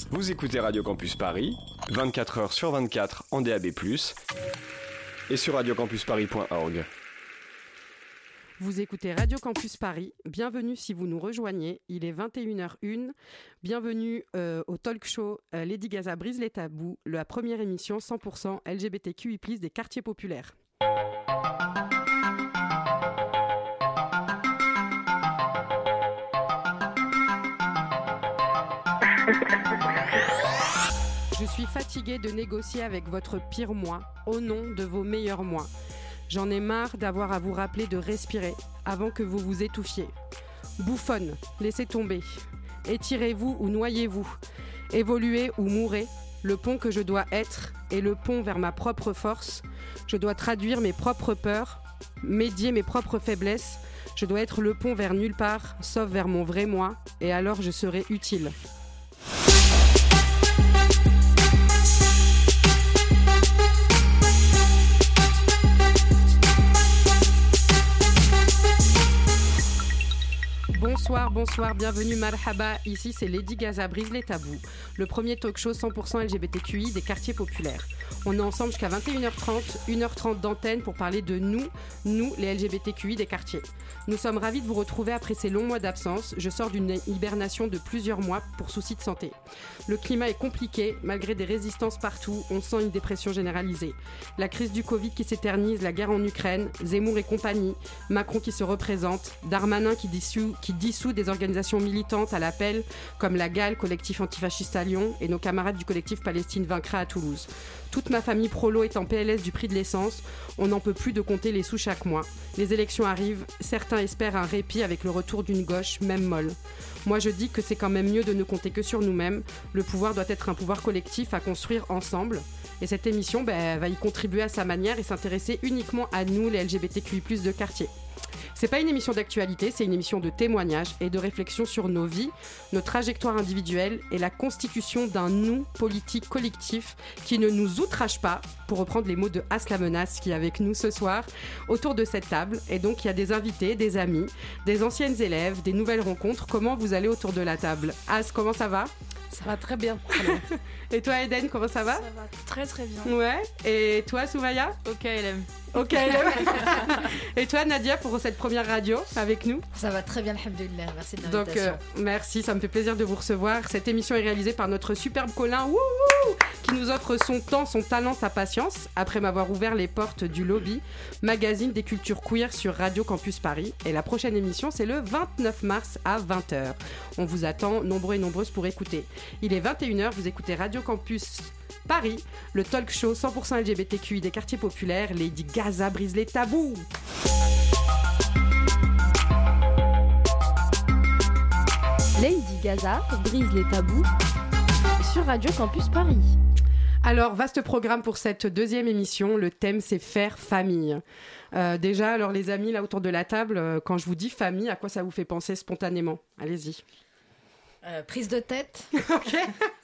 Vous écoutez Radio Campus Paris, 24h sur 24 en DAB+, et sur radiocampusparis.org. Vous écoutez Radio Campus Paris, bienvenue si vous nous rejoignez, il est 21h01, bienvenue au talk show Lady Gaza brise les tabous, la première émission 100% LGBTQI+, des quartiers populaires. Je suis fatiguée de négocier avec votre pire moi, au nom de vos meilleurs moi. J'en ai marre d'avoir à vous rappeler de respirer avant que vous vous étouffiez. Bouffonne, laissez tomber. Étirez-vous ou noyez-vous. Évoluez ou mourrez. Le pont que je dois être est le pont vers ma propre force. Je dois traduire mes propres peurs, médier mes propres faiblesses. Je dois être le pont vers nulle part, sauf vers mon vrai moi, et alors je serai utile. Bonsoir, bienvenue, marhaba. Ici, c'est Lady Gaza brise les tabous, le premier talk show 100% LGBTQI des quartiers populaires. On est ensemble jusqu'à 21h30, 1h30 d'antenne pour parler de nous, les LGBTQI des quartiers. Nous sommes ravis de vous retrouver après ces longs mois d'absence. Je sors d'une hibernation de plusieurs mois pour souci de santé. Le climat est compliqué, malgré des résistances partout, on sent une dépression généralisée. La crise du Covid qui s'éternise, la guerre en Ukraine, Zemmour et compagnie, Macron qui se représente, Darmanin qui dissout des organisations militantes à l'appel, comme la GAL, collectif antifasciste à Lyon, et nos camarades du collectif Palestine vaincra à Toulouse. Toute ma famille prolo est en PLS du prix de l'essence, on n'en peut plus de compter les sous chaque mois. Les élections arrivent, certains espèrent un répit avec le retour d'une gauche, même molle. Moi je dis que c'est quand même mieux de ne compter que sur nous-mêmes, le pouvoir doit être un pouvoir collectif à construire ensemble. Et cette émission va y contribuer à sa manière et s'intéresser uniquement à nous, les LGBTQI+, de quartier. C'est pas une émission d'actualité, c'est une émission de témoignage et de réflexion sur nos vies, nos trajectoires individuelles et la constitution d'un nous politique collectif qui ne nous outrage pas, pour reprendre les mots de As la menace qui est avec nous ce soir, autour de cette table. Et donc il y a des invités, des amis, des anciennes élèves, des nouvelles rencontres. Comment vous allez autour de la table? As, comment ça va? Ça va très bien. Et toi Eden, comment ça va? Ça va très très bien. Ouais. Et toi Soumaya? Ok LM. Ok LM. Et toi Nadia pour cette première radio avec nous? Ça va très bien, alhamdoulilah. Merci de l'invitation. Donc merci, ça me fait plaisir de vous recevoir. Cette émission est réalisée par notre superbe Colin qui nous offre son temps, son talent, sa patience après m'avoir ouvert les portes du lobby magazine des cultures queer sur Radio Campus Paris. Et la prochaine émission c'est le 29 mars à 20h. On vous attend nombreux et nombreuses pour écouter. Il est 21h, vous écoutez Radio Campus Paris, le talk show 100% LGBTQI des quartiers populaires. Lady Gaza brise les tabous. Lady Gaza brise les tabous sur Radio Campus Paris. Alors, vaste programme pour cette deuxième émission. Le thème, c'est faire famille. Déjà, alors les amis, là autour de la table, quand je vous dis famille, à quoi ça vous fait penser spontanément? Allez-y. Prise de tête. Ok.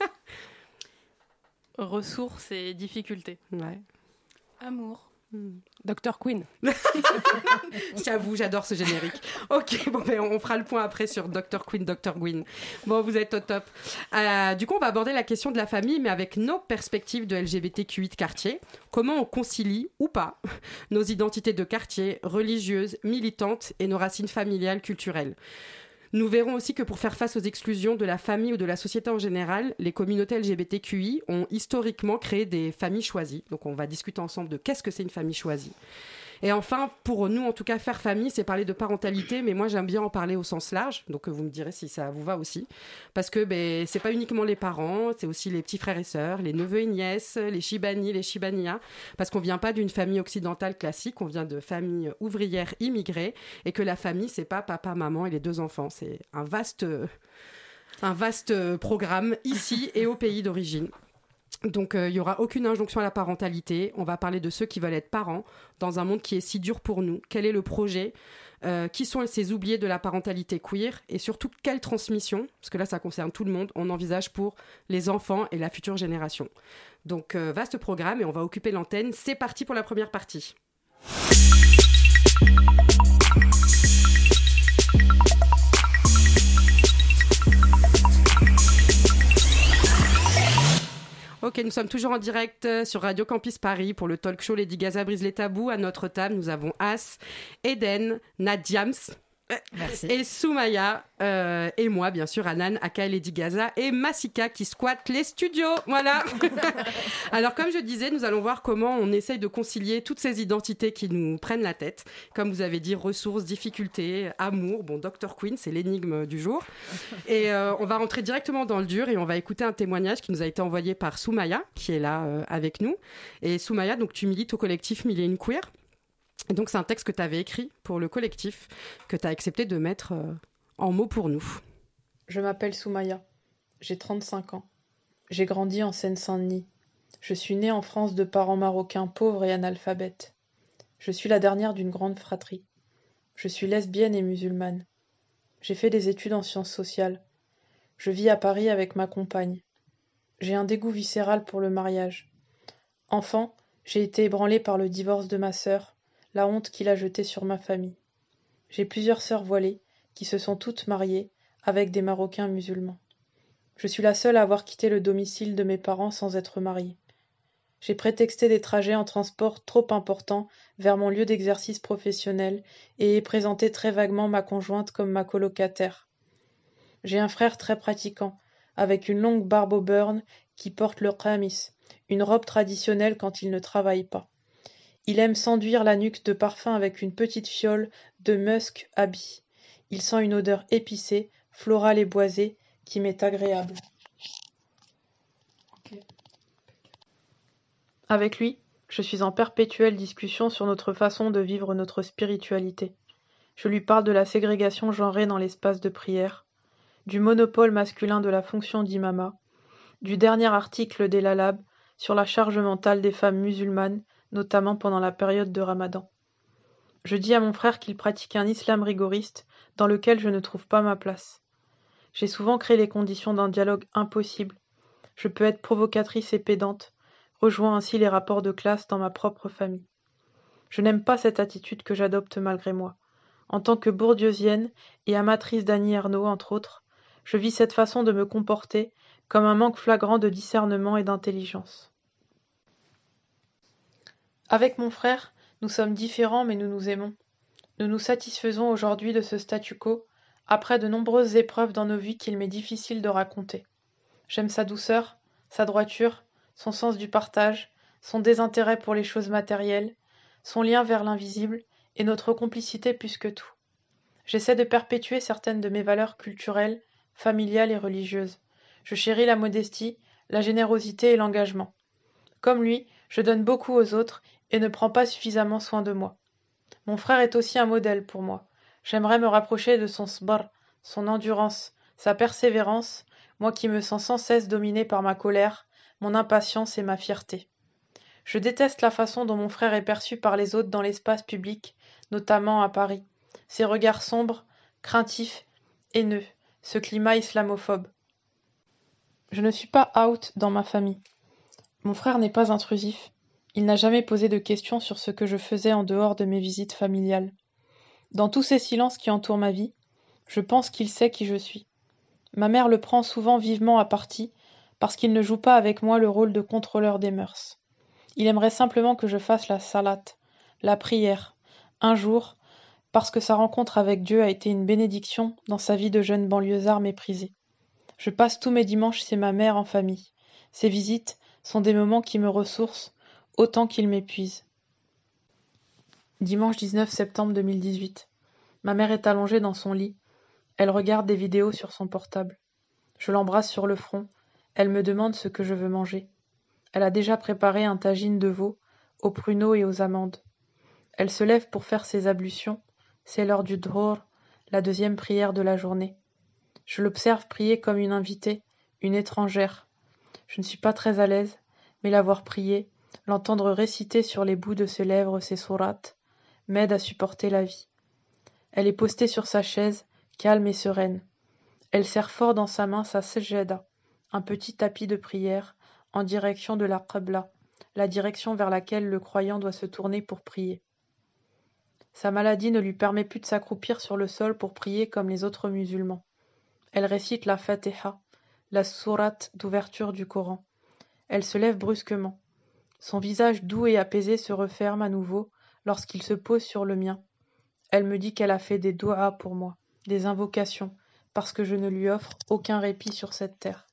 Ressources et difficultés. Ouais. Amour. Dr Queen. J'avoue, j'adore ce générique. Ok, bon, ben, on fera le point après sur Dr Queen, Dr Gwyn. Bon, vous êtes au top. Du coup, on va aborder la question de la famille, mais avec nos perspectives de LGBTQI de quartier. Comment on concilie, ou pas, nos identités de quartier, religieuses, militantes et nos racines familiales, culturelles. Nous verrons aussi que pour faire face aux exclusions de la famille ou de la société en général, les communautés LGBTQI ont historiquement créé des familles choisies. Donc on va discuter ensemble de qu'est-ce que c'est une famille choisie. Et enfin, pour nous, en tout cas, faire famille, c'est parler de parentalité, mais moi, j'aime bien en parler au sens large, donc vous me direz si ça vous va aussi. Parce que c'est pas uniquement les parents, c'est aussi les petits frères et sœurs, les neveux et nièces, les shibani, les shibanias, parce qu'on vient pas d'une famille occidentale classique, on vient de familles ouvrières immigrées, et que la famille, c'est pas papa, maman et les deux enfants, c'est un vaste programme ici et au pays d'origine. Donc il n'y aura aucune injonction à la parentalité. On va parler de ceux qui veulent être parents dans un monde qui est si dur pour nous. Quel est le projet? Qui sont ces oubliés de la parentalité queer? Et surtout, quelle transmission, parce que là ça concerne tout le monde, on envisage pour les enfants et la future génération. Donc vaste programme et on va occuper l'antenne. C'est parti pour la première partie. Ok, nous sommes toujours en direct sur Radio Campus Paris pour le talk show Lady Gaza brise les tabous. À notre table, nous avons As, Eden, Nadiams. Merci. Et Soumaya, et moi, bien sûr, Anan, aka Lady Gaza, et Massika qui squatte les studios. Voilà. Alors, comme je disais, nous allons voir comment on essaye de concilier toutes ces identités qui nous prennent la tête. Comme vous avez dit, ressources, difficultés, amour. Bon, Dr. Queen, c'est l'énigme du jour. Et on va rentrer directement dans le dur et on va écouter un témoignage qui nous a été envoyé par Soumaya, qui est là avec nous. Et Soumaya, donc, tu milites au collectif Mille et une Queer. Et donc, c'est un texte que tu avais écrit pour le collectif, que tu as accepté de mettre en mots pour nous. Je m'appelle Soumaya, j'ai 35 ans. J'ai grandi en Seine-Saint-Denis. Je suis née en France de parents marocains pauvres et analphabètes. Je suis la dernière d'une grande fratrie. Je suis lesbienne et musulmane. J'ai fait des études en sciences sociales. Je vis à Paris avec ma compagne. J'ai un dégoût viscéral pour le mariage. Enfant, j'ai été ébranlée par le divorce de ma sœur, la honte qu'il a jetée sur ma famille. J'ai plusieurs sœurs voilées qui se sont toutes mariées avec des Marocains musulmans. Je suis la seule à avoir quitté le domicile de mes parents sans être mariée. J'ai prétexté des trajets en transport trop importants vers mon lieu d'exercice professionnel et ai présenté très vaguement ma conjointe comme ma colocataire. J'ai un frère très pratiquant, avec une longue barbe au burn qui porte le qamis, une robe traditionnelle quand il ne travaille pas. Il aime s'enduire la nuque de parfum avec une petite fiole de musk habit. Il sent une odeur épicée, florale et boisée, qui m'est agréable. Avec lui, je suis en perpétuelle discussion sur notre façon de vivre notre spiritualité. Je lui parle de la ségrégation genrée dans l'espace de prière, du monopole masculin de la fonction d'imama, du dernier article d'El-Alab sur la charge mentale des femmes musulmanes, notamment pendant la période de Ramadan. Je dis à mon frère qu'il pratique un islam rigoriste dans lequel je ne trouve pas ma place. J'ai souvent créé les conditions d'un dialogue impossible. Je peux être provocatrice et pédante, rejoignant ainsi les rapports de classe dans ma propre famille. Je n'aime pas cette attitude que j'adopte malgré moi. En tant que bourdieusienne et amatrice d'Annie Ernaux, entre autres, je vis cette façon de me comporter comme un manque flagrant de discernement et d'intelligence. Avec mon frère, nous sommes différents mais nous nous aimons. Nous nous satisfaisons aujourd'hui de ce statu quo, après de nombreuses épreuves dans nos vies qu'il m'est difficile de raconter. J'aime sa douceur, sa droiture, son sens du partage, son désintérêt pour les choses matérielles, son lien vers l'invisible et notre complicité plus que tout. J'essaie de perpétuer certaines de mes valeurs culturelles, familiales et religieuses. Je chéris la modestie, la générosité et l'engagement. Comme lui, je donne beaucoup aux autres et ne prends pas suffisamment soin de moi. Mon frère est aussi un modèle pour moi. J'aimerais me rapprocher de son sbar, son endurance, sa persévérance, moi qui me sens sans cesse dominée par ma colère, mon impatience et ma fierté. Je déteste la façon dont mon frère est perçu par les autres dans l'espace public, notamment à Paris. Ses regards sombres, craintifs, haineux, ce climat islamophobe. Je ne suis pas out dans ma famille. Mon frère n'est pas intrusif. Il n'a jamais posé de questions sur ce que je faisais en dehors de mes visites familiales. Dans tous ces silences qui entourent ma vie, je pense qu'il sait qui je suis. Ma mère le prend souvent vivement à partie parce qu'il ne joue pas avec moi le rôle de contrôleur des mœurs. Il aimerait simplement que je fasse la salat, la prière, un jour, parce que sa rencontre avec Dieu a été une bénédiction dans sa vie de jeune banlieusard méprisé. Je passe tous mes dimanches chez ma mère en famille. Ces visites sont des moments qui me ressourcent autant qu'ils m'épuisent. Dimanche 19 septembre 2018. Ma mère est allongée dans son lit. Elle regarde des vidéos sur son portable. Je l'embrasse sur le front. Elle me demande ce que je veux manger. Elle a déjà préparé un tagine de veau, aux pruneaux et aux amandes. Elle se lève pour faire ses ablutions. C'est l'heure du Dhuhr, la deuxième prière de la journée. Je l'observe prier comme une invitée, une étrangère. Je ne suis pas très à l'aise, mais la voir prier, l'entendre réciter sur les bouts de ses lèvres ses sourates, m'aide à supporter la vie. Elle est postée sur sa chaise, calme et sereine. Elle serre fort dans sa main sa sejada, un petit tapis de prière, en direction de la Qibla, la direction vers laquelle le croyant doit se tourner pour prier. Sa maladie ne lui permet plus de s'accroupir sur le sol pour prier comme les autres musulmans. Elle récite la Fatiha, la sourate d'ouverture du Coran. Elle se lève brusquement. Son visage doux et apaisé se referme à nouveau lorsqu'il se pose sur le mien. Elle me dit qu'elle a fait des doigts pour moi, des invocations, parce que je ne lui offre aucun répit sur cette terre.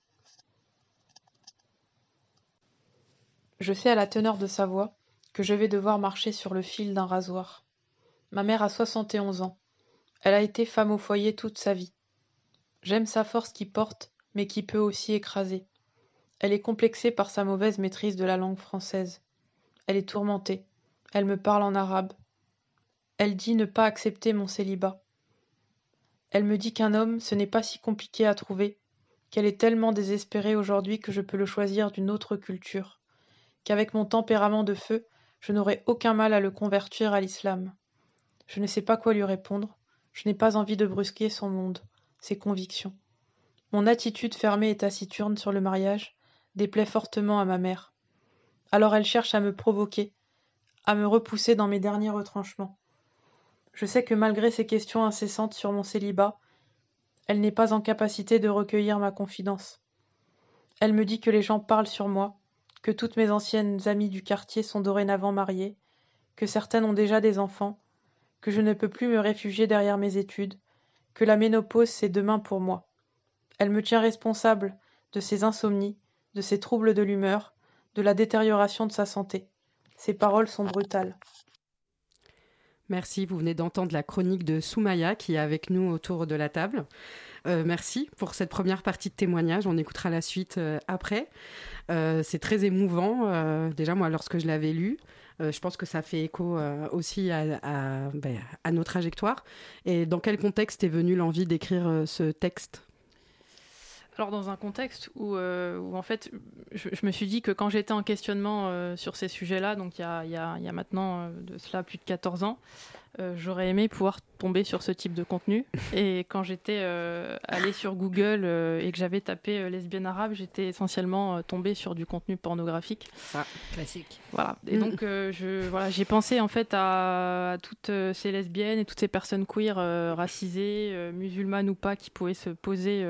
Je sais à la teneur de sa voix que je vais devoir marcher sur le fil d'un rasoir. Ma mère a 71 ans. Elle a été femme au foyer toute sa vie. J'aime sa force qui porte, mais qui peut aussi écraser. Elle est complexée par sa mauvaise maîtrise de la langue française. Elle est tourmentée. Elle me parle en arabe. Elle dit ne pas accepter mon célibat. Elle me dit qu'un homme, ce n'est pas si compliqué à trouver, qu'elle est tellement désespérée aujourd'hui que je peux le choisir d'une autre culture, qu'avec mon tempérament de feu, je n'aurai aucun mal à le convertir à l'islam. Je ne sais pas quoi lui répondre. Je n'ai pas envie de brusquer son monde, ses convictions. Mon attitude fermée et taciturne sur le mariage déplaît fortement à ma mère. Alors elle cherche à me provoquer, à me repousser dans mes derniers retranchements. Je sais que malgré ses questions incessantes sur mon célibat, elle n'est pas en capacité de recueillir ma confidence. Elle me dit que les gens parlent sur moi, que toutes mes anciennes amies du quartier sont dorénavant mariées, que certaines ont déjà des enfants, que je ne peux plus me réfugier derrière mes études, que la ménopause c'est demain pour moi. Elle me tient responsable de ses insomnies, de ses troubles de l'humeur, de la détérioration de sa santé. Ses paroles sont brutales. Merci, vous venez d'entendre la chronique de Soumaya qui est avec nous autour de la table. Merci pour cette première partie de témoignage, on écoutera la suite après. C'est très émouvant, déjà moi lorsque je l'avais lu, je pense que ça fait écho aussi à nos trajectoires. Et dans quel contexte est venue l'envie d'écrire ce texte ? Alors dans un contexte où en fait je me suis dit que quand j'étais en questionnement sur ces sujets-là, donc il y a maintenant de cela plus de 14 ans, j'aurais aimé pouvoir tomber sur ce type de contenu. Et quand j'étais allée sur Google et que j'avais tapé lesbienne arabe, j'étais essentiellement tombée sur du contenu pornographique. Ça, classique. Voilà. Et donc j'ai pensé en fait à toutes ces lesbiennes et toutes ces personnes queer racisées, musulmanes ou pas, qui pouvaient se poser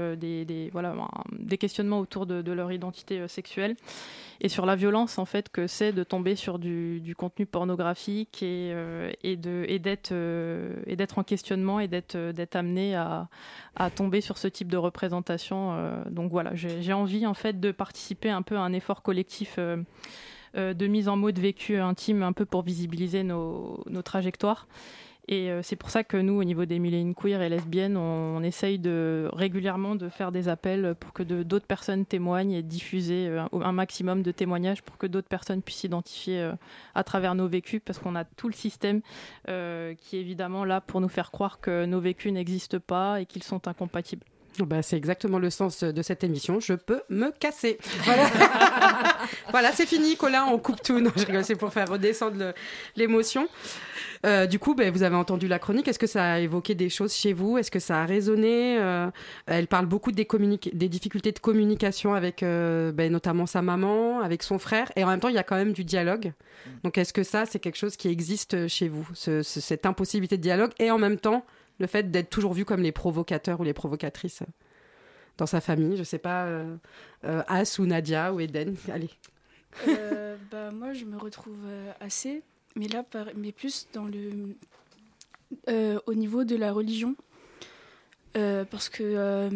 des questionnements autour de leur identité sexuelle et sur la violence en fait que c'est de tomber sur du contenu pornographique et d'être en questionnement et d'être amené à tomber sur ce type de représentation. Donc voilà, j'ai envie en fait de participer un peu à un effort collectif de mise en mots de vécu intime, un peu pour visibiliser nos trajectoires. Et c'est pour ça que nous, au niveau des milléniaux queer et lesbiennes, on essaye régulièrement de faire des appels pour que d'autres personnes témoignent et diffuser un maximum de témoignages pour que d'autres personnes puissent s'identifier à travers nos vécus, parce qu'on a tout le système qui est évidemment là pour nous faire croire que nos vécus n'existent pas et qu'ils sont incompatibles. C'est exactement le sens de cette émission. Je peux me casser. Voilà, voilà, c'est fini, Colin, on coupe tout. Non, je rigole, c'est pour faire redescendre l'émotion. Du coup, vous avez entendu la chronique. Est-ce que ça a évoqué des choses chez vous ? Est-ce que ça a résonné ? Elle parle beaucoup des difficultés de communication avec notamment sa maman, avec son frère. Et en même temps, il y a quand même du dialogue. Donc, est-ce que ça, c'est quelque chose qui existe chez vous, cette impossibilité de dialogue, et en même temps, le fait d'être toujours vu comme les provocateurs ou les provocatrices dans sa famille? Je sais pas, As ou Nadia ou Eden, allez. Moi, je me retrouve assez, mais là, mais plus dans au niveau de la religion, parce que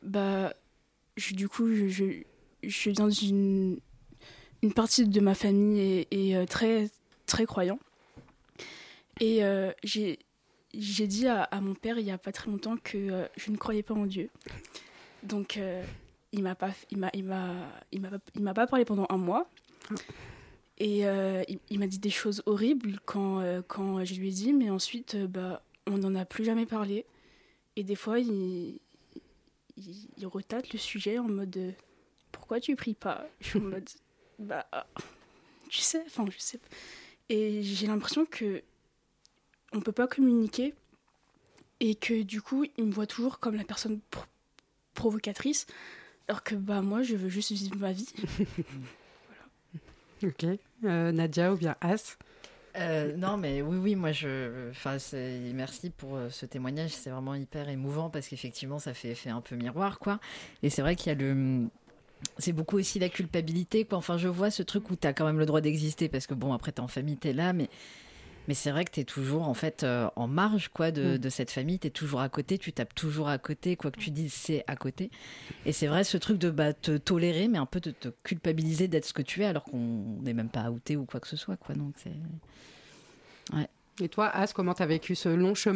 je viens d'une partie de ma famille est très très croyant, et j'ai dit à mon père il y a pas très longtemps que je ne croyais pas en Dieu. Donc il m'a pas parlé pendant un mois. Et il m'a dit des choses horribles quand je lui ai dit, mais ensuite on n'en a plus jamais parlé. Et des fois il retâte le sujet en mode pourquoi tu pries pas? Je suis en mode je sais. Et j'ai l'impression que on peut pas communiquer, et que du coup il me voit toujours comme la personne provocatrice, alors que moi je veux juste vivre ma vie. Voilà. Ok, Nadia ou bien As? Non, mais oui, moi merci pour ce témoignage, c'est vraiment hyper émouvant, parce qu'effectivement ça fait effet un peu miroir, quoi. Et c'est vrai qu'il y a c'est beaucoup aussi la culpabilité, quoi. Enfin, je vois ce truc où tu as quand même le droit d'exister parce que bon, après t'es en famille, t'es là, mais c'est vrai que t'es toujours en fait en marge, quoi, de cette famille. T'es toujours à côté, tu tapes toujours à côté, quoi que tu dises, c'est à côté. Et c'est vrai ce truc de te tolérer, mais un peu de te culpabiliser d'être ce que tu es, alors qu'on n'est même pas outé ou quoi que ce soit, quoi. Donc c'est. Ouais. Et toi, As, comment t'as vécu ce long chemin ?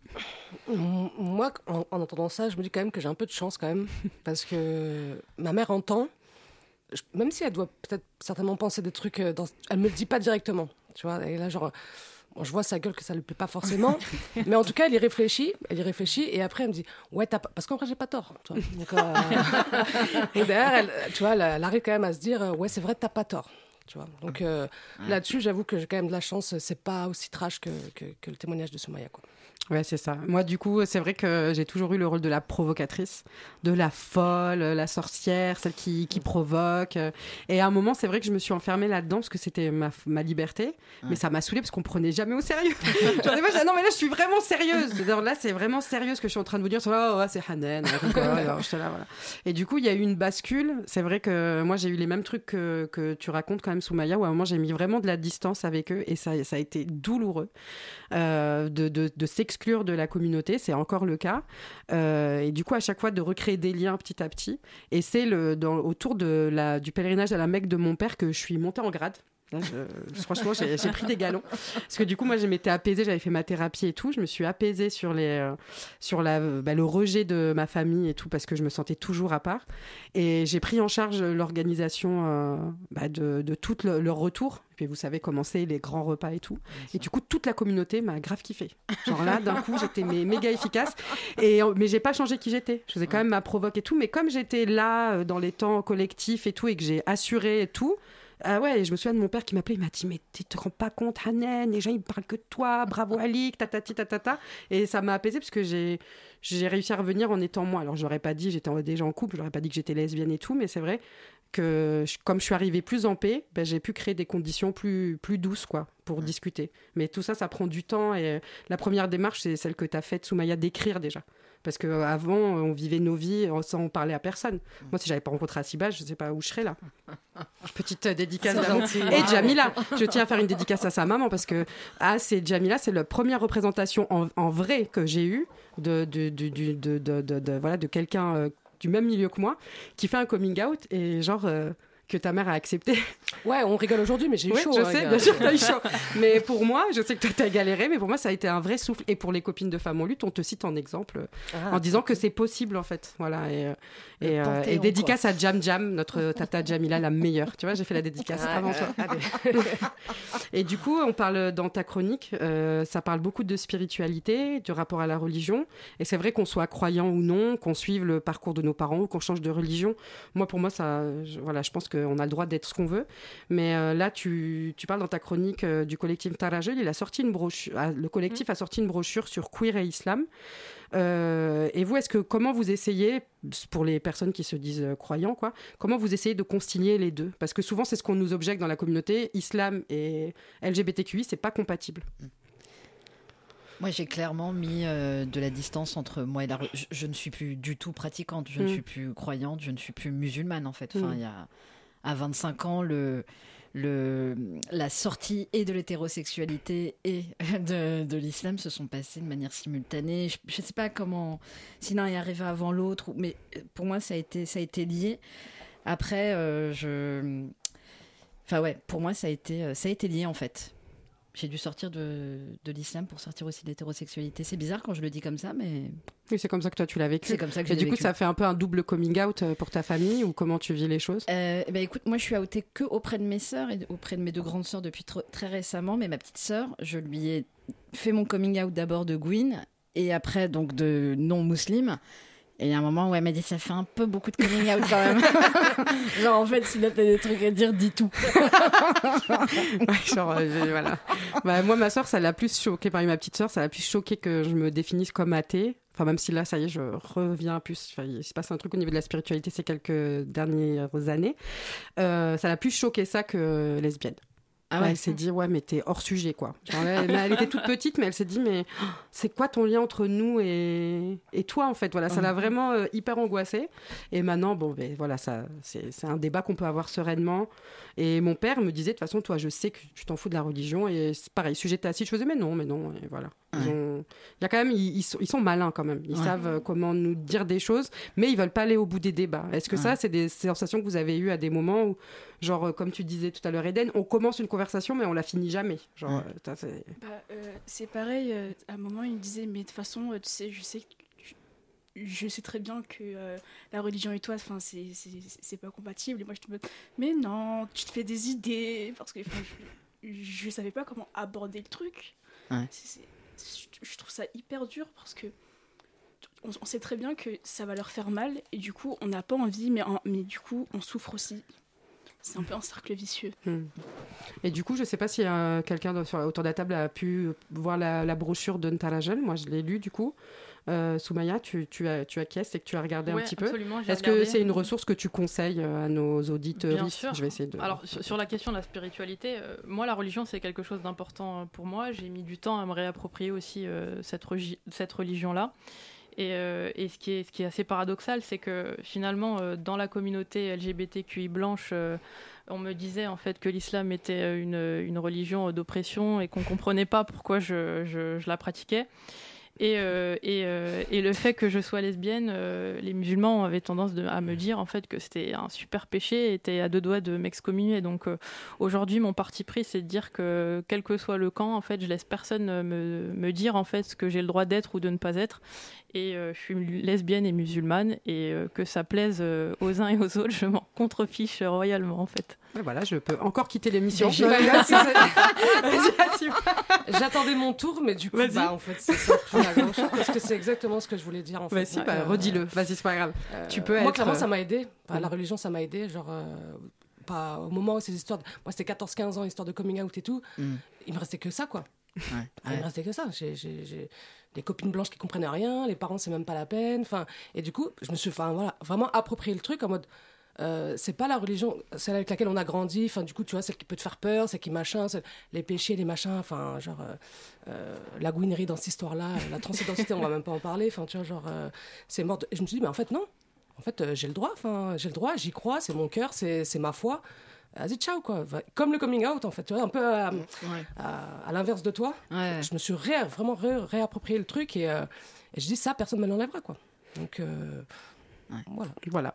Moi, en entendant ça, je me dis quand même que j'ai un peu de chance quand même, parce que ma mère entend, même si elle doit peut-être certainement penser des trucs, elle me le dit pas directement, tu vois. Et là, genre, bon, je vois sa gueule que ça lui plaît pas forcément, mais en tout cas, elle y réfléchit, et après elle me dit, ouais, parce qu'en vrai, j'ai pas tort, tu vois. Donc, et derrière, tu vois, elle arrive quand même à se dire, ouais, c'est vrai, t'as pas tort. Tu vois. Donc là-dessus, j'avoue que j'ai quand même de la chance. C'est pas aussi trash que le témoignage de Soumaya, quoi. Ouais, c'est ça. Moi, du coup, c'est vrai que j'ai toujours eu le rôle de la provocatrice, de la folle, la sorcière, celle qui provoque. Et à un moment, c'est vrai que je me suis enfermée là-dedans parce que c'était ma liberté. Mais ça m'a saoulée parce qu'on me prenait jamais au sérieux. J'en ai pas, non, mais là, je suis vraiment sérieuse. Là, c'est vraiment sérieux ce que je suis en train de vous dire. Oh, c'est Hanen. Alors, j'étais là, voilà. Et du coup, il y a eu une bascule. C'est vrai que moi, j'ai eu les mêmes trucs que tu racontes quand même, Soumaya, où à un moment, j'ai mis vraiment de la distance avec eux. Et ça a été douloureux de s'exclure de la communauté, c'est encore le cas. Et du coup, à chaque fois, de recréer des liens petit à petit. Et c'est autour du pèlerinage à la Mecque de mon père que je suis montée en grade. Là, franchement, j'ai pris des galons. Parce que du coup, moi, je m'étais apaisée, j'avais fait ma thérapie et tout. Je me suis apaisée sur le rejet de ma famille et tout, parce que je me sentais toujours à part. Et j'ai pris en charge l'organisation de tout leur retour. Et puis, vous savez comment c'est, les grands repas et tout. Et du coup, toute la communauté m'a grave kiffé. Genre là, d'un coup, j'étais méga efficace. Mais j'ai pas changé qui j'étais. Je faisais quand même ma provoque et tout. Mais comme j'étais là, dans les temps collectifs et tout, et que j'ai assuré et tout, ah ouais, et je me souviens de mon père qui m'appelait, il m'a dit, mais tu te rends pas compte, Hanen, les gens ils parlent que de toi, bravo Alik, tatati tatata. Et ça m'a apaisée parce que j'ai réussi à revenir en étant moi. Alors j'aurais pas dit, j'étais déjà en couple, j'aurais pas dit que j'étais lesbienne et tout, mais c'est vrai que comme je suis arrivée plus en paix, j'ai pu créer des conditions plus douces, quoi, pour discuter. Mais tout ça, ça prend du temps, et la première démarche, c'est celle que tu as faite, Soumaya, d'écrire déjà. Parce qu'avant, on vivait nos vies sans parler à personne. Moi, si j'avais pas rencontré Asiba, je sais pas où je serais là. Petite dédicace d'amour. Et Jamila, je tiens à faire une dédicace à sa maman, parce que c'est Jamila, c'est la première représentation en vrai que j'ai eue de quelqu'un du même milieu que moi, qui fait un coming out, et genre... que ta mère a accepté. Ouais, on rigole aujourd'hui, mais j'ai eu chaud. Je sais, bien sûr, t'as eu chaud. Mais pour moi, je sais que toi, t'as galéré, mais pour moi, ça a été un vrai souffle. Et pour les copines de Femmes en lutte, on te cite en exemple, en disant que c'est possible, en fait. Voilà. Et dédicace à Jam Jam, notre tata Jamila, la meilleure. Tu vois, j'ai fait la dédicace avant toi. Et du coup, on parle dans ta chronique, ça parle beaucoup de spiritualité, du rapport à la religion. Et c'est vrai qu'on soit croyant ou non, qu'on suive le parcours de nos parents ou qu'on change de religion. Pour moi, je pense qu'on a le droit d'être ce qu'on veut. Mais là, tu parles dans ta chronique du collectif Tarajel. Il a sorti une brochure. Le collectif a sorti une brochure sur queer et islam. Et vous, comment vous essayez, pour les personnes qui se disent croyants, quoi, comment vous essayez de concilier les deux ? Parce que souvent, c'est ce qu'on nous objecte dans la communauté. Islam et LGBTQI, c'est pas compatible. Moi, j'ai clairement mis de la distance entre moi et la... Je ne suis plus du tout pratiquante, je ne suis plus croyante, je ne suis plus musulmane, en fait. Enfin, à 25 ans, la sortie et de l'hétérosexualité et de l'islam se sont passées de manière simultanée. Je ne sais pas comment, si l'un est arrivé avant l'autre, mais pour moi, ça a été lié. Après, pour moi, ça a été lié, en fait. J'ai dû sortir de l'islam pour sortir aussi de l'hétérosexualité. C'est bizarre quand je le dis comme ça, mais... Oui, c'est comme ça que toi, tu l'as vécu. C'est comme ça que j'ai vécu. Et du coup, vécu. ça fait un peu un double coming out pour ta famille, ou comment tu vis les choses ? Écoute, moi, je suis outée que auprès de mes sœurs et auprès de mes deux grandes sœurs depuis très récemment. Mais ma petite sœur, je lui ai fait mon coming out d'abord de Gwyn et après, donc, de non-musulmane. Et il y a un moment où elle m'a dit, ça fait un peu beaucoup de coming out quand même. Genre, en fait, si là t'as des trucs à dire, dis tout. Voilà. Moi, ma sœur, ça l'a plus choqué, ma petite sœur, ça l'a plus choqué que je me définisse comme athée. Enfin, même si là, ça y est, je reviens plus. Enfin, il se passe un truc au niveau de la spiritualité ces quelques dernières années. Ça l'a plus choqué ça que lesbienne. Elle s'est dit, ouais, mais t'es hors sujet, quoi. Genre, elle était toute petite, mais elle s'est dit, mais c'est quoi ton lien entre nous et toi, en fait. Voilà, ça l'a vraiment hyper angoissée. Et maintenant, voilà, ça, c'est un débat qu'on peut avoir sereinement. Et mon père me disait, de toute façon, toi, je sais que tu t'en fous de la religion. Et c'est pareil, sujet tacite, je faisais, mais non. Et voilà. Il y a quand même, ils sont malins quand même. Ils savent comment nous dire des choses, mais ils veulent pas aller au bout des débats. Est-ce que ça, c'est des sensations que vous avez eues à des moments où, genre, comme tu disais tout à l'heure, Eden, on commence une conversation, mais on la finit jamais. Genre, c'est pareil. À un moment, il me disait, mais de toute façon, tu sais, je sais très bien que la religion et toi, c'est pas compatible. Et moi, je te dis, mais non, tu te fais des idées, parce que je savais pas comment aborder le truc. Je trouve ça hyper dur parce que on sait très bien que ça va leur faire mal et du coup on n'a pas envie mais du coup on souffre aussi. C'est un peu un cercle vicieux. Et du coup, je sais pas si quelqu'un autour de la table a pu voir la brochure de Ntarajel. Moi, je l'ai lu du coup. Soumaya, tu acquiesces et que tu as regardé un petit peu. Est-ce que c'est une ressource que tu conseilles à nos auditeurs? Bien sûr. Je vais essayer de... Alors, sur la question de la spiritualité, moi, la religion, c'est quelque chose d'important pour moi. J'ai mis du temps à me réapproprier aussi cette religion-là. Et ce qui est assez paradoxal, c'est que finalement, dans la communauté LGBTQI blanche, on me disait en fait que l'islam était une religion d'oppression et qu'on comprenait pas pourquoi je la pratiquais. Et le fait que je sois lesbienne, les musulmans avaient tendance à me dire en fait que c'était un super péché et étaient à deux doigts de m'excommunier. Donc aujourd'hui, mon parti pris, c'est de dire que quel que soit le camp, en fait, je laisse personne me dire en fait ce que j'ai le droit d'être ou de ne pas être. Et je suis lesbienne et musulmane et que ça plaise aux uns et aux autres, je m'en contrefiche royalement en fait. Ouais, voilà, je peux encore quitter l'émission. J'attendais mon tour, mais du coup, en fait, c'est ça la gauche, parce que c'est exactement ce que je voulais dire en fait. Redis-le, vas-y, c'est pas grave. Moi, clairement, ça m'a aidé. La religion, ça m'a aidé. Genre, pas au moment où ces histoires. Moi, c'était 14-15 ans, histoire de coming out et tout. Il me restait que ça, quoi. Il me restait que ça. J'ai des copines blanches qui comprenaient rien, les parents, c'est même pas la peine. Et du coup, je me suis vraiment approprié le truc en mode. C'est pas la religion, celle avec laquelle on a grandi, du coup tu vois, celle qui peut te faire peur, celle qui machin, les péchés, les machins, la gouinerie dans cette histoire-là, la transidentité, on va même pas en parler, tu vois, c'est mort. Et je me suis dit, mais en fait non, j'ai le droit, j'y crois, c'est mon cœur, c'est ma foi. Vas-y, ciao, quoi. Comme le coming out, en fait, tu vois, un peu à l'inverse de toi. Je me suis vraiment réapproprié le truc et je dis ça, personne ne me l'enlèvera, quoi. Donc Voilà.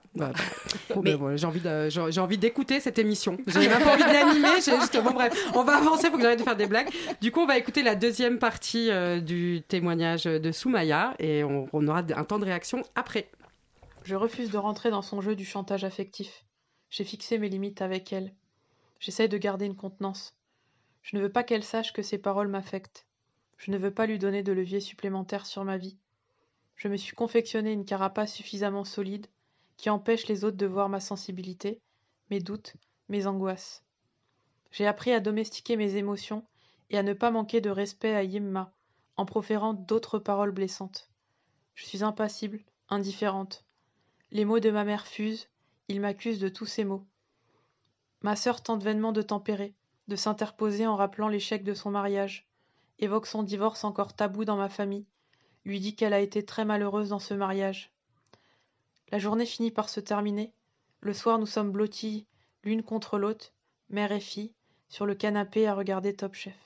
J'ai envie d'écouter cette émission. J'ai même pas envie de l'animer. Bon, bref, on va avancer. Il faut que j'arrête de faire des blagues. Du coup, on va écouter la deuxième partie du témoignage de Soumaya et on aura un temps de réaction après. Je refuse de rentrer dans son jeu du chantage affectif. J'ai fixé mes limites avec elle. J'essaie de garder une contenance. Je ne veux pas qu'elle sache que ses paroles m'affectent. Je ne veux pas lui donner de levier supplémentaire sur ma vie. Je me suis confectionné une carapace suffisamment solide qui empêche les autres de voir ma sensibilité, mes doutes, mes angoisses. J'ai appris à domestiquer mes émotions et à ne pas manquer de respect à Yimma en proférant d'autres paroles blessantes. Je suis impassible, indifférente. Les mots de ma mère fusent, ils m'accusent de tous ces mots. Ma sœur tente vainement de tempérer, de s'interposer en rappelant l'échec de son mariage, évoque son divorce encore tabou dans ma famille, lui dit qu'elle a été très malheureuse dans ce mariage. La journée finit par se terminer. Le soir, nous sommes blottis, l'une contre l'autre, mère et fille, sur le canapé à regarder Top Chef.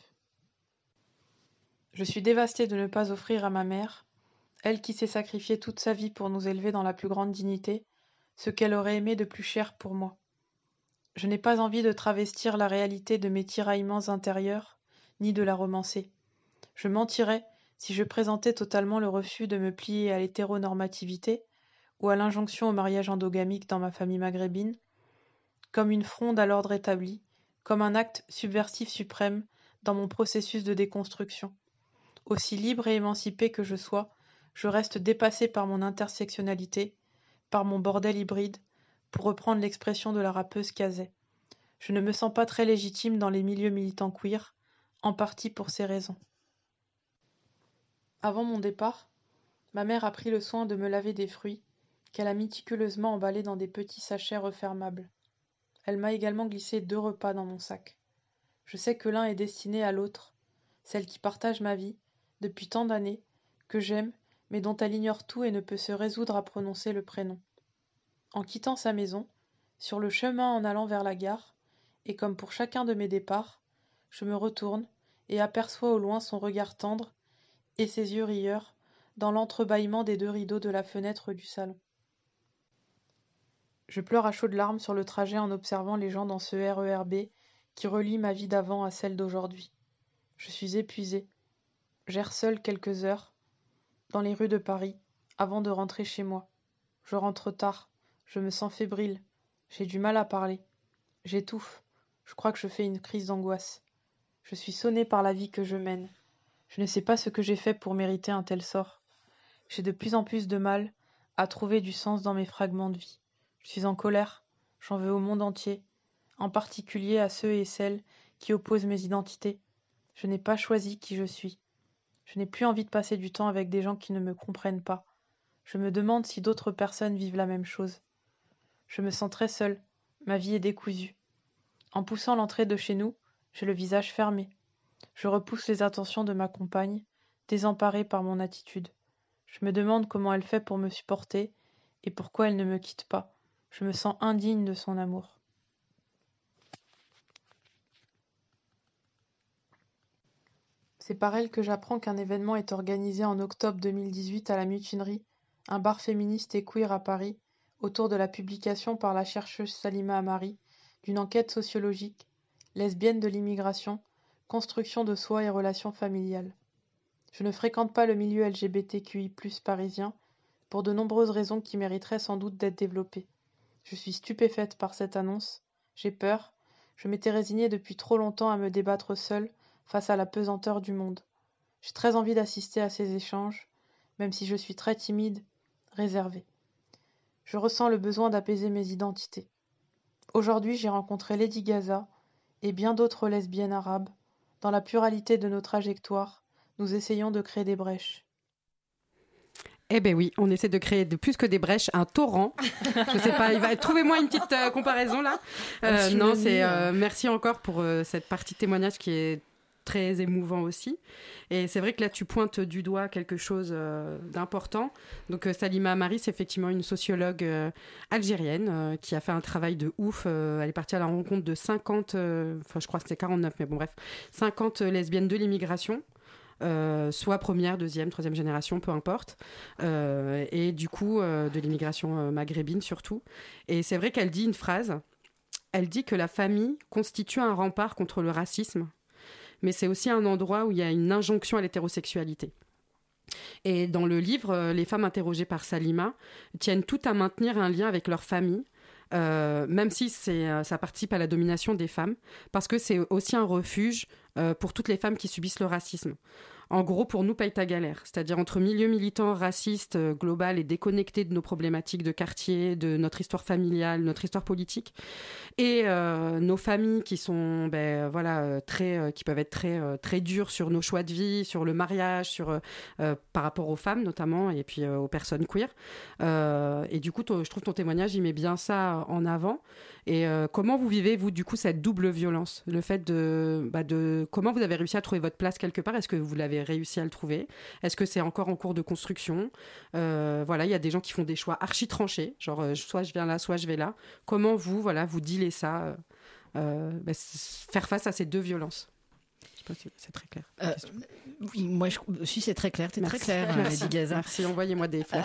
Je suis dévastée de ne pas offrir à ma mère, elle qui s'est sacrifiée toute sa vie pour nous élever dans la plus grande dignité, ce qu'elle aurait aimé de plus cher pour moi. Je n'ai pas envie de travestir la réalité de mes tiraillements intérieurs, ni de la romancer. Je mentirais si je présentais totalement le refus de me plier à l'hétéronormativité ou à l'injonction au mariage endogamique dans ma famille maghrébine, comme une fronde à l'ordre établi, comme un acte subversif suprême dans mon processus de déconstruction. Aussi libre et émancipée que je sois, je reste dépassée par mon intersectionnalité, par mon bordel hybride, pour reprendre l'expression de la rappeuse Kazé. Je ne me sens pas très légitime dans les milieux militants queer, en partie pour ces raisons. Avant mon départ, ma mère a pris le soin de me laver des fruits, qu'elle a méticuleusement emballés dans des petits sachets refermables. Elle m'a également glissé 2 repas dans mon sac. Je sais que l'un est destiné à l'autre, celle qui partage ma vie, depuis tant d'années, que j'aime, mais dont elle ignore tout et ne peut se résoudre à prononcer le prénom. En quittant sa maison, sur le chemin en allant vers la gare, et comme pour chacun de mes départs, je me retourne et aperçois au loin son regard tendre et ses yeux rieurs dans l'entrebâillement des 2 rideaux de la fenêtre du salon. Je pleure à chaudes larmes sur le trajet en observant les gens dans ce RER B qui relie ma vie d'avant à celle d'aujourd'hui. Je suis épuisée. J'erre seule quelques heures dans les rues de Paris avant de rentrer chez moi. Je rentre tard. Je me sens fébrile. J'ai du mal à parler. J'étouffe. Je crois que je fais une crise d'angoisse. Je suis sonnée par la vie que je mène. Je ne sais pas ce que j'ai fait pour mériter un tel sort. J'ai de plus en plus de mal à trouver du sens dans mes fragments de vie. Je suis en colère. J'en veux au monde entier, en particulier à ceux et celles qui opposent mes identités. Je n'ai pas choisi qui je suis. Je n'ai plus envie de passer du temps avec des gens qui ne me comprennent pas. Je me demande si d'autres personnes vivent la même chose. Je me sens très seule. Ma vie est décousue. En poussant l'entrée de chez nous, j'ai le visage fermé. Je repousse les attentions de ma compagne, désemparée par mon attitude. Je me demande comment elle fait pour me supporter et pourquoi elle ne me quitte pas. Je me sens indigne de son amour. C'est par elle que j'apprends qu'un événement est organisé en octobre 2018 à la Mutinerie, un bar féministe et queer à Paris, autour de la publication par la chercheuse Salima Amari d'une enquête sociologique, lesbienne de l'immigration, construction de soi et relations familiales. Je ne fréquente pas le milieu LGBTQI+ parisien, pour de nombreuses raisons qui mériteraient sans doute d'être développées. Je suis stupéfaite par cette annonce, j'ai peur, je m'étais résignée depuis trop longtemps à me débattre seule face à la pesanteur du monde. J'ai très envie d'assister à ces échanges, même si je suis très timide, réservée. Je ressens le besoin d'apaiser mes identités. Aujourd'hui, j'ai rencontré Lady Gaza et bien d'autres lesbiennes arabes. Dans la pluralité de nos trajectoires, nous essayons de créer des brèches. Eh ben oui, on essaie de créer plus que des brèches, un torrent. Je sais pas, trouvez-moi une petite comparaison là. Non, merci encore pour cette partie témoignage qui est très émouvant aussi. Et c'est vrai que là, tu pointes du doigt quelque chose d'important. Donc, Salima Amari, c'est effectivement une sociologue algérienne qui a fait un travail de ouf. Elle est partie à la rencontre de 50, je crois que c'était 49, mais bon, bref, 50 lesbiennes de l'immigration. Soit première, deuxième, troisième génération, peu importe. Et du coup, de l'immigration maghrébine surtout. Et c'est vrai qu'elle dit une phrase. Elle dit que la famille constitue un rempart contre le racisme, mais c'est aussi un endroit où il y a une injonction à l'hétérosexualité. Et dans le livre, les femmes interrogées par Salima tiennent toutes à maintenir un lien avec leur famille, même si ça participe à la domination des femmes, parce que c'est aussi un refuge pour toutes les femmes qui subissent le racisme. En gros, pour nous, paye ta galère. C'est-à-dire entre milieu militant, raciste, global et déconnecté de nos problématiques de quartier, de notre histoire familiale, notre histoire politique, et nos familles qui sont, qui peuvent être très dures sur nos choix de vie, sur le mariage, par rapport aux femmes notamment, et puis aux personnes queer. Et du coup, je trouve ton témoignage, il met bien ça en avant. Et comment vous vivez, vous, du coup, cette double violence ? Le fait de comment vous avez réussi à trouver votre place quelque part ? Est-ce que vous l'avez réussi à le trouver ? Est-ce que c'est encore en cours de construction ? Il y a des gens qui font des choix archi tranchés, genre soit je viens là, soit je vais là. Comment vous dealez ça, faire face à ces deux violences ? Je sais pas si c'est très clair. Oui, moi aussi c'est très clair. C'est très clair, Lady Gaza. Merci, envoyez-moi des fleurs.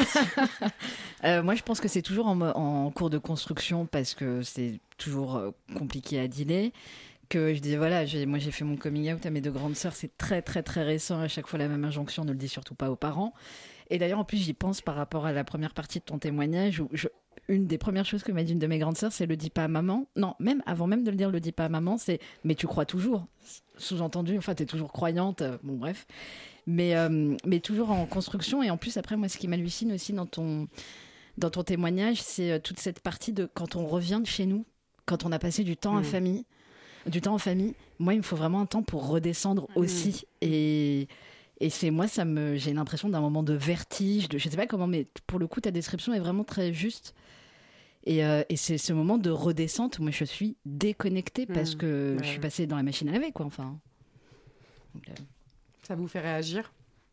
Moi, je pense que c'est toujours en cours de construction parce que c'est toujours compliqué à dealer. Que je disais, voilà, moi j'ai fait mon coming out à mes deux grandes sœurs, c'est très très très récent, à chaque fois la même injonction, ne le dis surtout pas aux parents. Et d'ailleurs, en plus, j'y pense par rapport à la première partie de ton témoignage où une des premières choses que m'a dit une de mes grandes sœurs, c'est le dis pas à maman. Non, même avant même de le dire, le dis pas à maman, c'est mais tu crois toujours. Sous-entendu, enfin, t'es toujours croyante, bon bref. Mais toujours en construction. Et en plus, après, moi, ce qui m'hallucine aussi dans ton témoignage, c'est toute cette partie de quand on revient de chez nous, quand on a passé du temps en famille, moi, il me faut vraiment un temps pour redescendre aussi. Et c'est moi, j'ai l'impression d'un moment de vertige, je sais pas comment, mais pour le coup, ta description est vraiment très juste. Et c'est ce moment de redescente où moi je suis déconnectée parce que je suis passée dans la machine à laver, quoi. Enfin. Donc, ça vous fait réagir ?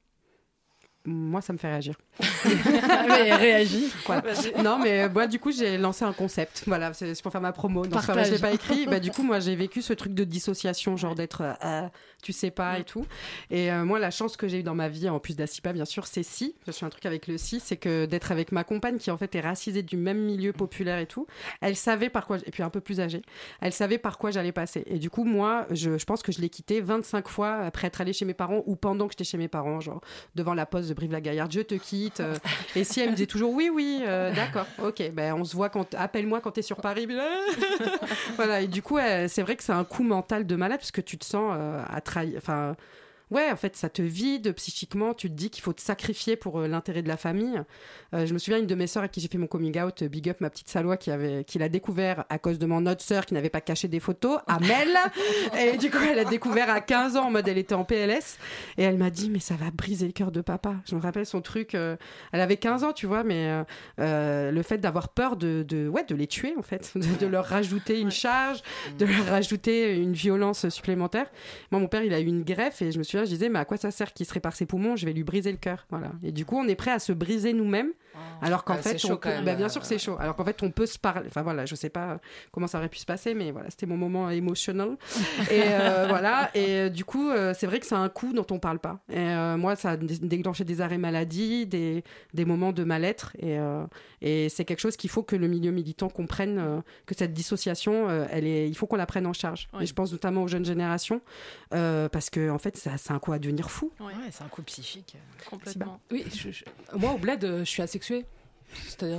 Moi, ça me fait réagir. Mais réagis, quoi. Non, mais moi, du coup, j'ai lancé un concept. Voilà, c'est pour faire ma promo. Donc, je l'ai pas écrit. Bah, du coup, moi, j'ai vécu ce truc de dissociation, genre d'être, tu sais pas et tout. Et moi, la chance que j'ai eue dans ma vie, en plus d'Assipa, bien sûr, c'est si. Je suis un truc avec le si, c'est que d'être avec ma compagne qui, en fait, est racisée du même milieu populaire et tout. Elle savait par quoi, et puis un peu plus âgée, elle savait par quoi j'allais passer. Et du coup, moi, je pense que je l'ai quitté 25 fois après être allée chez mes parents ou pendant que j'étais chez mes parents, genre devant la poste de Brive-la-Gaillarde, je te quitte. Et si elle me disait toujours oui, d'accord, ok, ben on se voit appelle-moi quand t'es sur Paris. Voilà, et du coup, c'est vrai que c'est un coup mental de malade parce que tu te sens enfin. Ouais, en fait, ça te vide psychiquement. Tu te dis qu'il faut te sacrifier pour l'intérêt de la famille. Je me souviens, une de mes sœurs à qui j'ai fait mon coming out, big up ma petite Salois, qui l'a découvert à cause de mon autre sœur qui n'avait pas caché des photos, Amel. Et du coup, elle a découvert à 15 ans en mode elle était en PLS. Et elle m'a dit, mais ça va briser le cœur de papa. Je me rappelle son truc. Elle avait 15 ans, tu vois, mais le fait d'avoir peur de les tuer, en fait, de leur rajouter une charge, de leur rajouter une violence supplémentaire. Moi, mon père, il a eu une greffe et je me souviens, je disais, mais à quoi ça sert qu'il se répare ses poumons ? Je vais lui briser le cœur. Voilà. Et du coup, on est prêt à se briser nous-mêmes, alors qu'en fait, bien sûr, c'est chaud. Alors qu'en fait, on peut se parler. Enfin voilà, je sais pas comment ça aurait pu se passer, mais voilà, c'était mon moment émotionnel. Et voilà. Et du coup, c'est vrai que c'est un coup dont on parle pas. Et moi, ça a déclenché des arrêts maladie, des moments de mal-être. Et c'est quelque chose qu'il faut que le milieu militant comprenne, que cette dissociation, il faut qu'on la prenne en charge. Oui. Et je pense notamment aux jeunes générations, parce que en fait, c'est un coup à devenir fou. Ouais, c'est un coup psychique. Complètement. Oui, moi au bled, je suis asexuée. C'est-à-dire,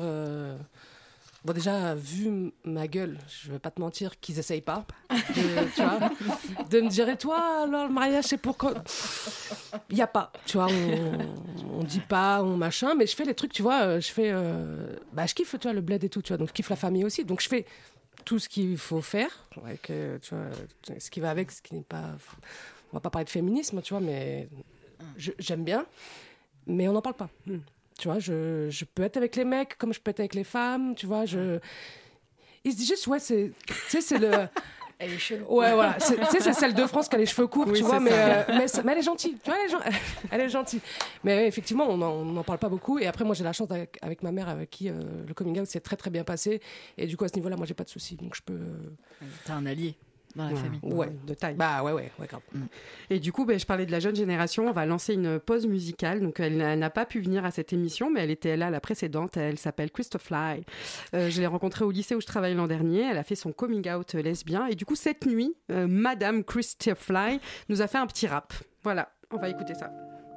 bon déjà, vu ma gueule, je vais pas te mentir, qu'ils essayent pas. Tu vois, de me dire, et toi, alors le mariage, c'est pour quand ? Il y a pas, tu vois, on dit pas, on machin, mais je fais les trucs, tu vois, je kiffe, tu vois, le bled et tout, tu vois, donc je kiffe la famille aussi, donc je fais tout ce qu'il faut faire, avec, tu vois, ce qui va avec, ce qui n'est pas... On va pas parler de féminisme, tu vois, mais j'aime bien, mais on n'en parle pas. Tu vois, je peux être avec les mecs comme je peux être avec les femmes, tu vois, ils se disent juste, ouais, c'est le... Elle est chelou. Ouais, voilà. C'est celle de France qui a les cheveux courts, oui, tu vois, mais elle est gentille. Tu vois, elle est gentille. Mais effectivement, on n'en parle pas beaucoup. Et après, moi, j'ai la chance avec ma mère, avec qui le coming out s'est très, très bien passé. Et du coup, à ce niveau-là, moi, j'ai pas de soucis. Donc, je peux... T'as un allié dans la famille. Ouais, de taille. Bah ouais, grave. Et du coup, je parlais de la jeune génération. On va lancer une pause musicale. Donc, elle n'a pas pu venir à cette émission, mais elle était là la précédente. Elle s'appelle Christophe Fly. Je l'ai rencontrée au lycée où je travaillais l'an dernier. Elle a fait son coming out lesbien. Et du coup, cette nuit, Madame Christophe Fly nous a fait un petit rap. Voilà, on va écouter ça.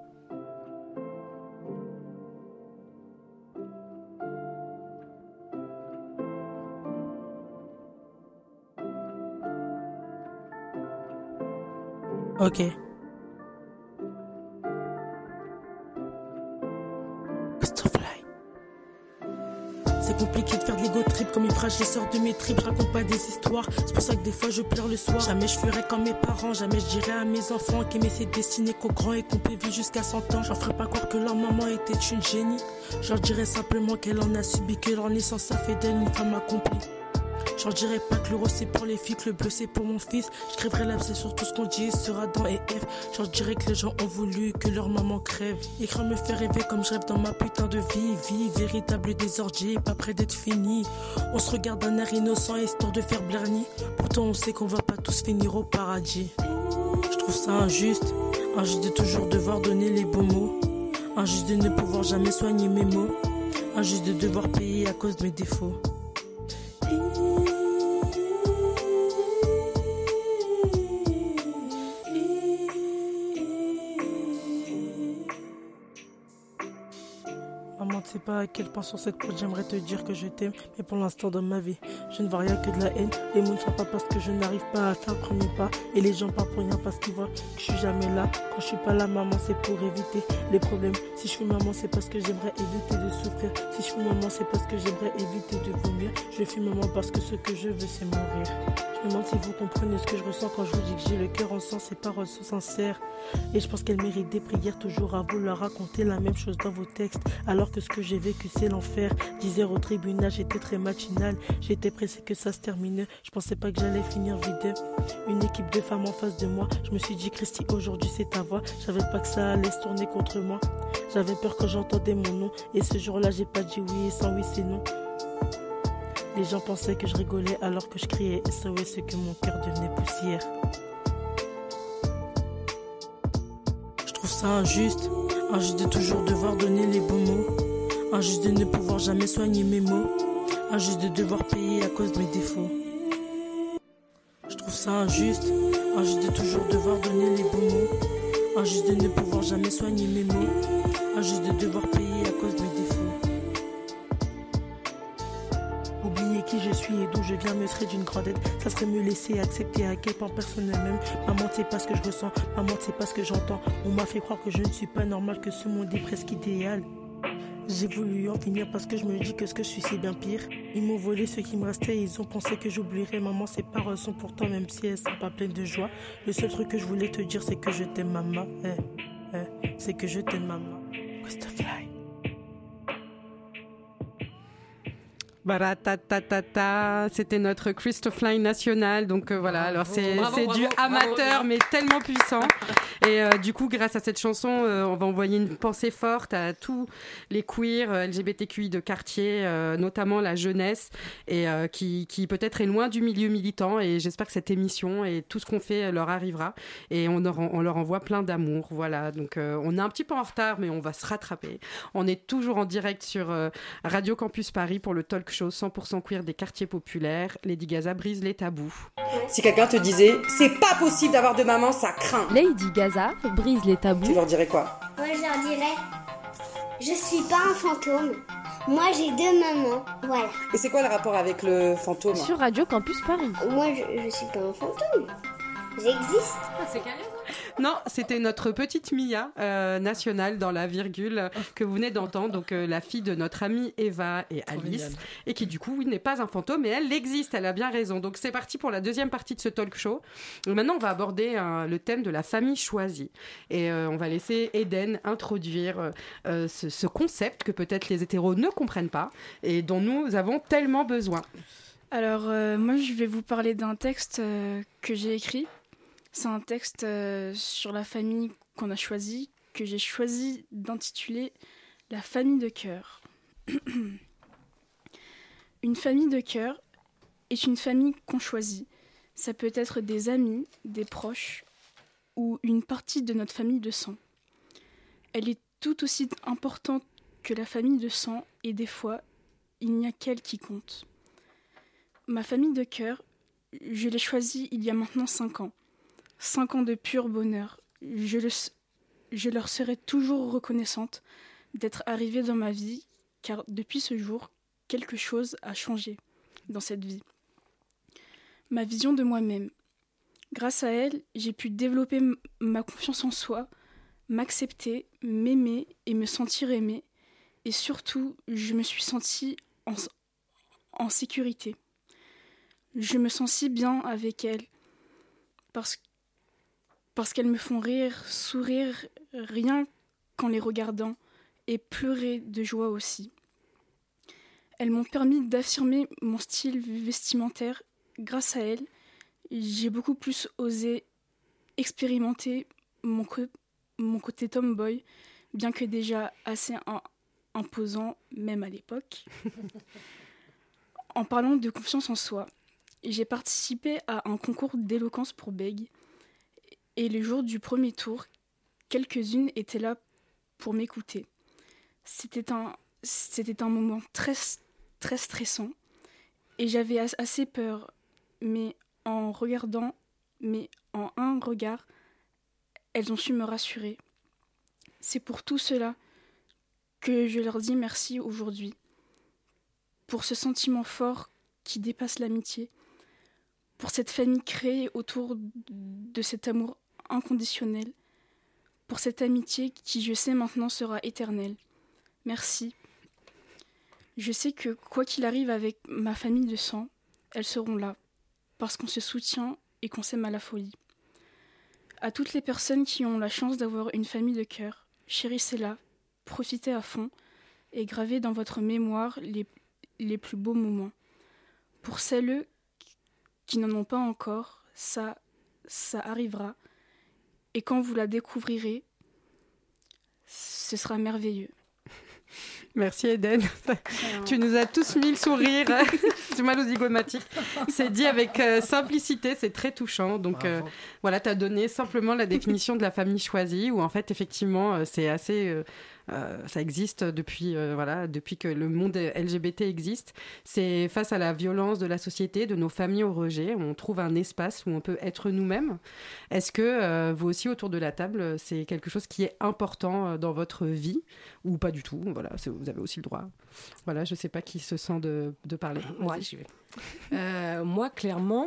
Ok. C'est compliqué de faire de l'ego trip comme une phrase, je sors de mes tripes, je raconte pas des histoires. C'est pour ça que des fois je pleure le soir. Jamais je ferai comme mes parents, jamais je dirai à mes enfants qu'aimer c'est destiné qu'aux grands et qu'on peut vivre jusqu'à 100 ans. J'en ferai pas croire que leur maman était une génie. Je leur dirai simplement qu'elle en a subi, que leur naissance a fait d'elle une femme accomplie. J'en dirais pas que le rose c'est pour les filles, que le bleu c'est pour mon fils. Je crèverai l'abcès sur tout ce qu'on dit, sera dans et F. J'en dirais que les gens ont voulu que leur maman crève. Écrire me fait rêver comme je rêve dans ma putain de vie, véritable désordre, pas près d'être fini. On se regarde d'un air innocent, histoire de faire blernie. Pourtant on sait qu'on va pas tous finir au paradis. Je trouve ça injuste de toujours devoir donner les bons mots. Injuste de ne pouvoir jamais soigner mes mots. Injuste de devoir payer à cause de mes défauts. Je sais pas à quel point sur cette porte j'aimerais te dire que je t'aime, mais pour l'instant dans ma vie je ne vois rien que de la haine. Les mots ne sont pas parce que je n'arrive pas à faire le premier pas, et les gens parlent pour rien parce qu'ils voient que je suis jamais là. Quand je suis pas là, maman, c'est pour éviter les problèmes. Si je suis maman, c'est parce que j'aimerais éviter de souffrir. Si je suis maman, c'est parce que j'aimerais éviter de vomir. Je suis maman parce que ce que je veux c'est mourir. Je me demande si vous comprenez ce que je ressens quand je vous dis que j'ai le cœur en sang. Ces paroles sont sincères et je pense qu'elles méritent des prières. Toujours à vouloir raconter la même chose dans vos textes, alors que ce que j'ai vécu c'est l'enfer. 10 heures au tribunal, j'étais très matinal. J'étais pressé que ça se termine. Je pensais pas que j'allais finir vide. Une équipe de femmes en face de moi. Je me suis dit Christy, aujourd'hui c'est ta voix. J'avais pas que ça allait se tourner contre moi. J'avais peur quand j'entendais mon nom. Et ce jour-là j'ai pas dit oui et sans oui c'est non. Les gens pensaient que je rigolais alors que je criais SOS, que mon cœur devenait poussière. Je trouve ça injuste de toujours devoir donner les bons mots, injuste de ne pouvoir jamais soigner mes mots, injuste de devoir payer à cause de mes défauts. Je trouve ça injuste de toujours devoir donner les bons mots, injuste de ne pouvoir jamais soigner mes mots, injuste de devoir payer à cause de mes défauts. Oublier qui je suis et d'où je viens me serait d'une grande aide. Ça serait me laisser accepter à quel point personne ne m'aime. Maman, c'est pas ce que je ressens, maman, c'est pas ce que j'entends. On m'a fait croire que je ne suis pas normal, que ce monde est presque idéal. J'ai voulu en finir parce que je me dis que ce que je suis c'est bien pire. Ils m'ont volé ce qui me restait, ils ont pensé que j'oublierais. Maman, ces paroles sont pourtant, même si elles sont pas pleines de joie. Le seul truc que je voulais te dire c'est que je t'aime maman. C'est que je t'aime maman. Christophe. Baratatata, c'était notre Christophe Line national, donc voilà, alors c'est du amateur mais tellement puissant. Et du coup, grâce à cette chanson, on va envoyer une pensée forte à tous les queers LGBTQI de quartier, notamment la jeunesse, et qui peut-être est loin du milieu militant. Et j'espère que cette émission et tout ce qu'on fait leur arrivera. Et on leur envoie plein d'amour. Voilà, donc on est un petit peu en retard, mais on va se rattraper. On est toujours en direct sur Radio Campus Paris pour le talk show 100% queer des quartiers populaires. Lady Gaza brise les tabous. Si quelqu'un te disait « c'est pas possible d'avoir de maman, ça craint », Lady Gaza brise les tabous. tu leur dirais quoi? Moi je leur dirais « je suis pas un fantôme, moi j'ai 2 mamans, voilà ». Et c'est quoi le rapport avec le fantôme? Sur Radio Campus Paris. Moi je suis pas un fantôme, j'existe. C'est calé. Non, c'était notre petite Mia nationale dans la virgule que vous venez d'entendre, donc la fille de notre amie Eva et Alice, et qui du coup n'est pas un fantôme, mais elle existe, elle a bien raison. Donc c'est parti pour la deuxième partie de ce talk show. Donc, maintenant on va aborder le thème de la famille choisie, et on va laisser Eden introduire ce concept que peut-être les hétéros ne comprennent pas et dont nous avons tellement besoin. Alors moi je vais vous parler d'un texte que j'ai écrit. C'est un texte sur la famille qu'on a choisie, que j'ai choisi d'intituler « La famille de cœur ». Une famille de cœur est une famille qu'on choisit. Ça peut être des amis, des proches ou une partie de notre famille de sang. Elle est tout aussi importante que la famille de sang et des fois, il n'y a qu'elle qui compte. Ma famille de cœur, je l'ai choisie il y a maintenant 5 ans. 5 ans de pur bonheur. Je leur serai toujours reconnaissante d'être arrivée dans ma vie, car depuis ce jour, quelque chose a changé dans cette vie. Ma vision de moi-même. Grâce à elle, j'ai pu développer ma confiance en soi, m'accepter, m'aimer et me sentir aimée. Et surtout, je me suis sentie en sécurité. Je me sens si bien avec elles, parce qu'elles me font rire, sourire, rien qu'en les regardant, et pleurer de joie aussi. Elles m'ont permis d'affirmer mon style vestimentaire. Grâce à elles, j'ai beaucoup plus osé expérimenter mon côté tomboy, bien que déjà assez imposant, même à l'époque. En parlant de confiance en soi, j'ai participé à un concours d'éloquence pour Bègue. Et le jour du premier tour, quelques-unes étaient là pour m'écouter. C'était un moment très, très stressant et j'avais assez peur. Mais en un regard, elles ont su me rassurer. C'est pour tout cela que je leur dis merci aujourd'hui. Pour ce sentiment fort qui dépasse l'amitié. Pour cette famille créée autour de cet amour inconditionnel, pour cette amitié qui, je sais maintenant, sera éternelle. Merci. Je sais que, quoi qu'il arrive avec ma famille de sang, elles seront là, parce qu'on se soutient et qu'on s'aime à la folie. À toutes les personnes qui ont la chance d'avoir une famille de cœur, chérissez-la, profitez à fond, et graver dans votre mémoire les plus beaux moments. Pour celles qui n'en ont pas encore, ça arrivera. Et quand vous la découvrirez, ce sera merveilleux. Merci Eden. Tu nous as tous mis le sourire. Du mal aux zygomatiques. C'est dit avec simplicité, c'est très touchant. Donc voilà, tu as donné simplement la définition de la famille choisie, où en fait, effectivement, c'est assez... ça existe depuis que le monde LGBT existe. C'est face à la violence de la société, de nos familles au rejet, où on trouve un espace où on peut être nous-mêmes. Est-ce que vous aussi, autour de la table, c'est quelque chose qui est important dans votre vie ou pas du tout? Voilà, vous avez aussi le droit. Voilà, je ne sais pas qui se sent de parler. Ouais, j'y vais. Moi, clairement,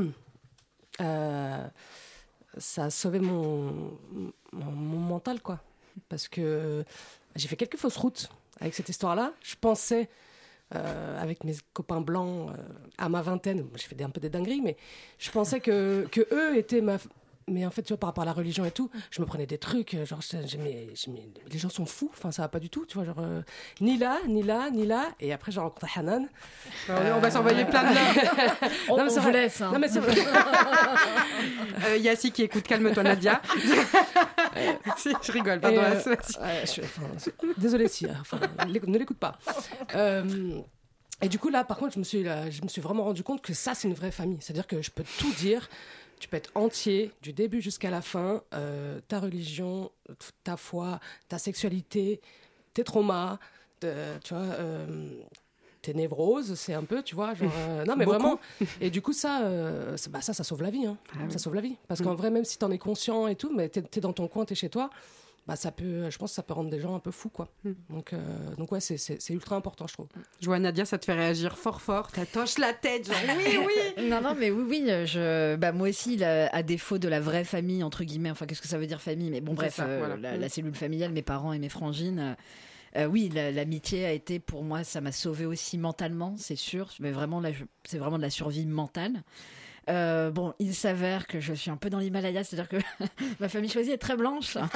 ça a sauvé mon mental, quoi. Parce que j'ai fait quelques fausses routes avec cette histoire-là. Je pensais, avec mes copains blancs, à ma vingtaine, j'ai fait un peu des dingueries, mais je pensais que eux étaient ma... Mais en fait, tu vois, par rapport à la religion et tout, je me prenais des trucs, genre, les gens sont fous, enfin, ça va pas du tout, tu vois, genre, ni là. Et après, j'ai rencontré Hanan. On va s'envoyer plein de là. On vous laisse. Hein. Non, mais c'est vrai. Yassi qui écoute, calme-toi, Nadia. Je rigole, pardon. Désolée, si, ne l'écoute pas. Et du coup, là, par contre, je me suis vraiment rendu compte que ça, c'est une vraie famille. C'est-à-dire que je peux tout dire. Tu peux être entier, du début jusqu'à la fin, ta religion, ta foi, ta sexualité, tes traumas, tu vois, tes névroses, c'est un peu, tu vois, genre... non, mais vraiment. Et du coup, ça sauve la vie. Hein. Ça sauve la vie. Parce qu'en vrai, même si t'en es conscient et tout, mais t'es dans ton coin, t'es chez toi, je pense que ça peut rendre des gens un peu fous, quoi. Donc ouais, c'est ultra important, je trouve. Je vois Nadia, ça te fait réagir fort, t'attaches la tête, genre oui. Non, mais oui, moi aussi, à défaut de la vraie famille, entre guillemets, enfin, qu'est-ce que ça veut dire famille? Mais bon, bref, ça, voilà. La cellule familiale, mes parents et mes frangines... oui, l'amitié a été, pour moi, ça m'a sauvée aussi mentalement, c'est sûr, mais vraiment, là, c'est vraiment de la survie mentale. Bon, il s'avère que je suis un peu dans l'Himalaya, c'est-à-dire que ma famille choisie est très blanche. Ça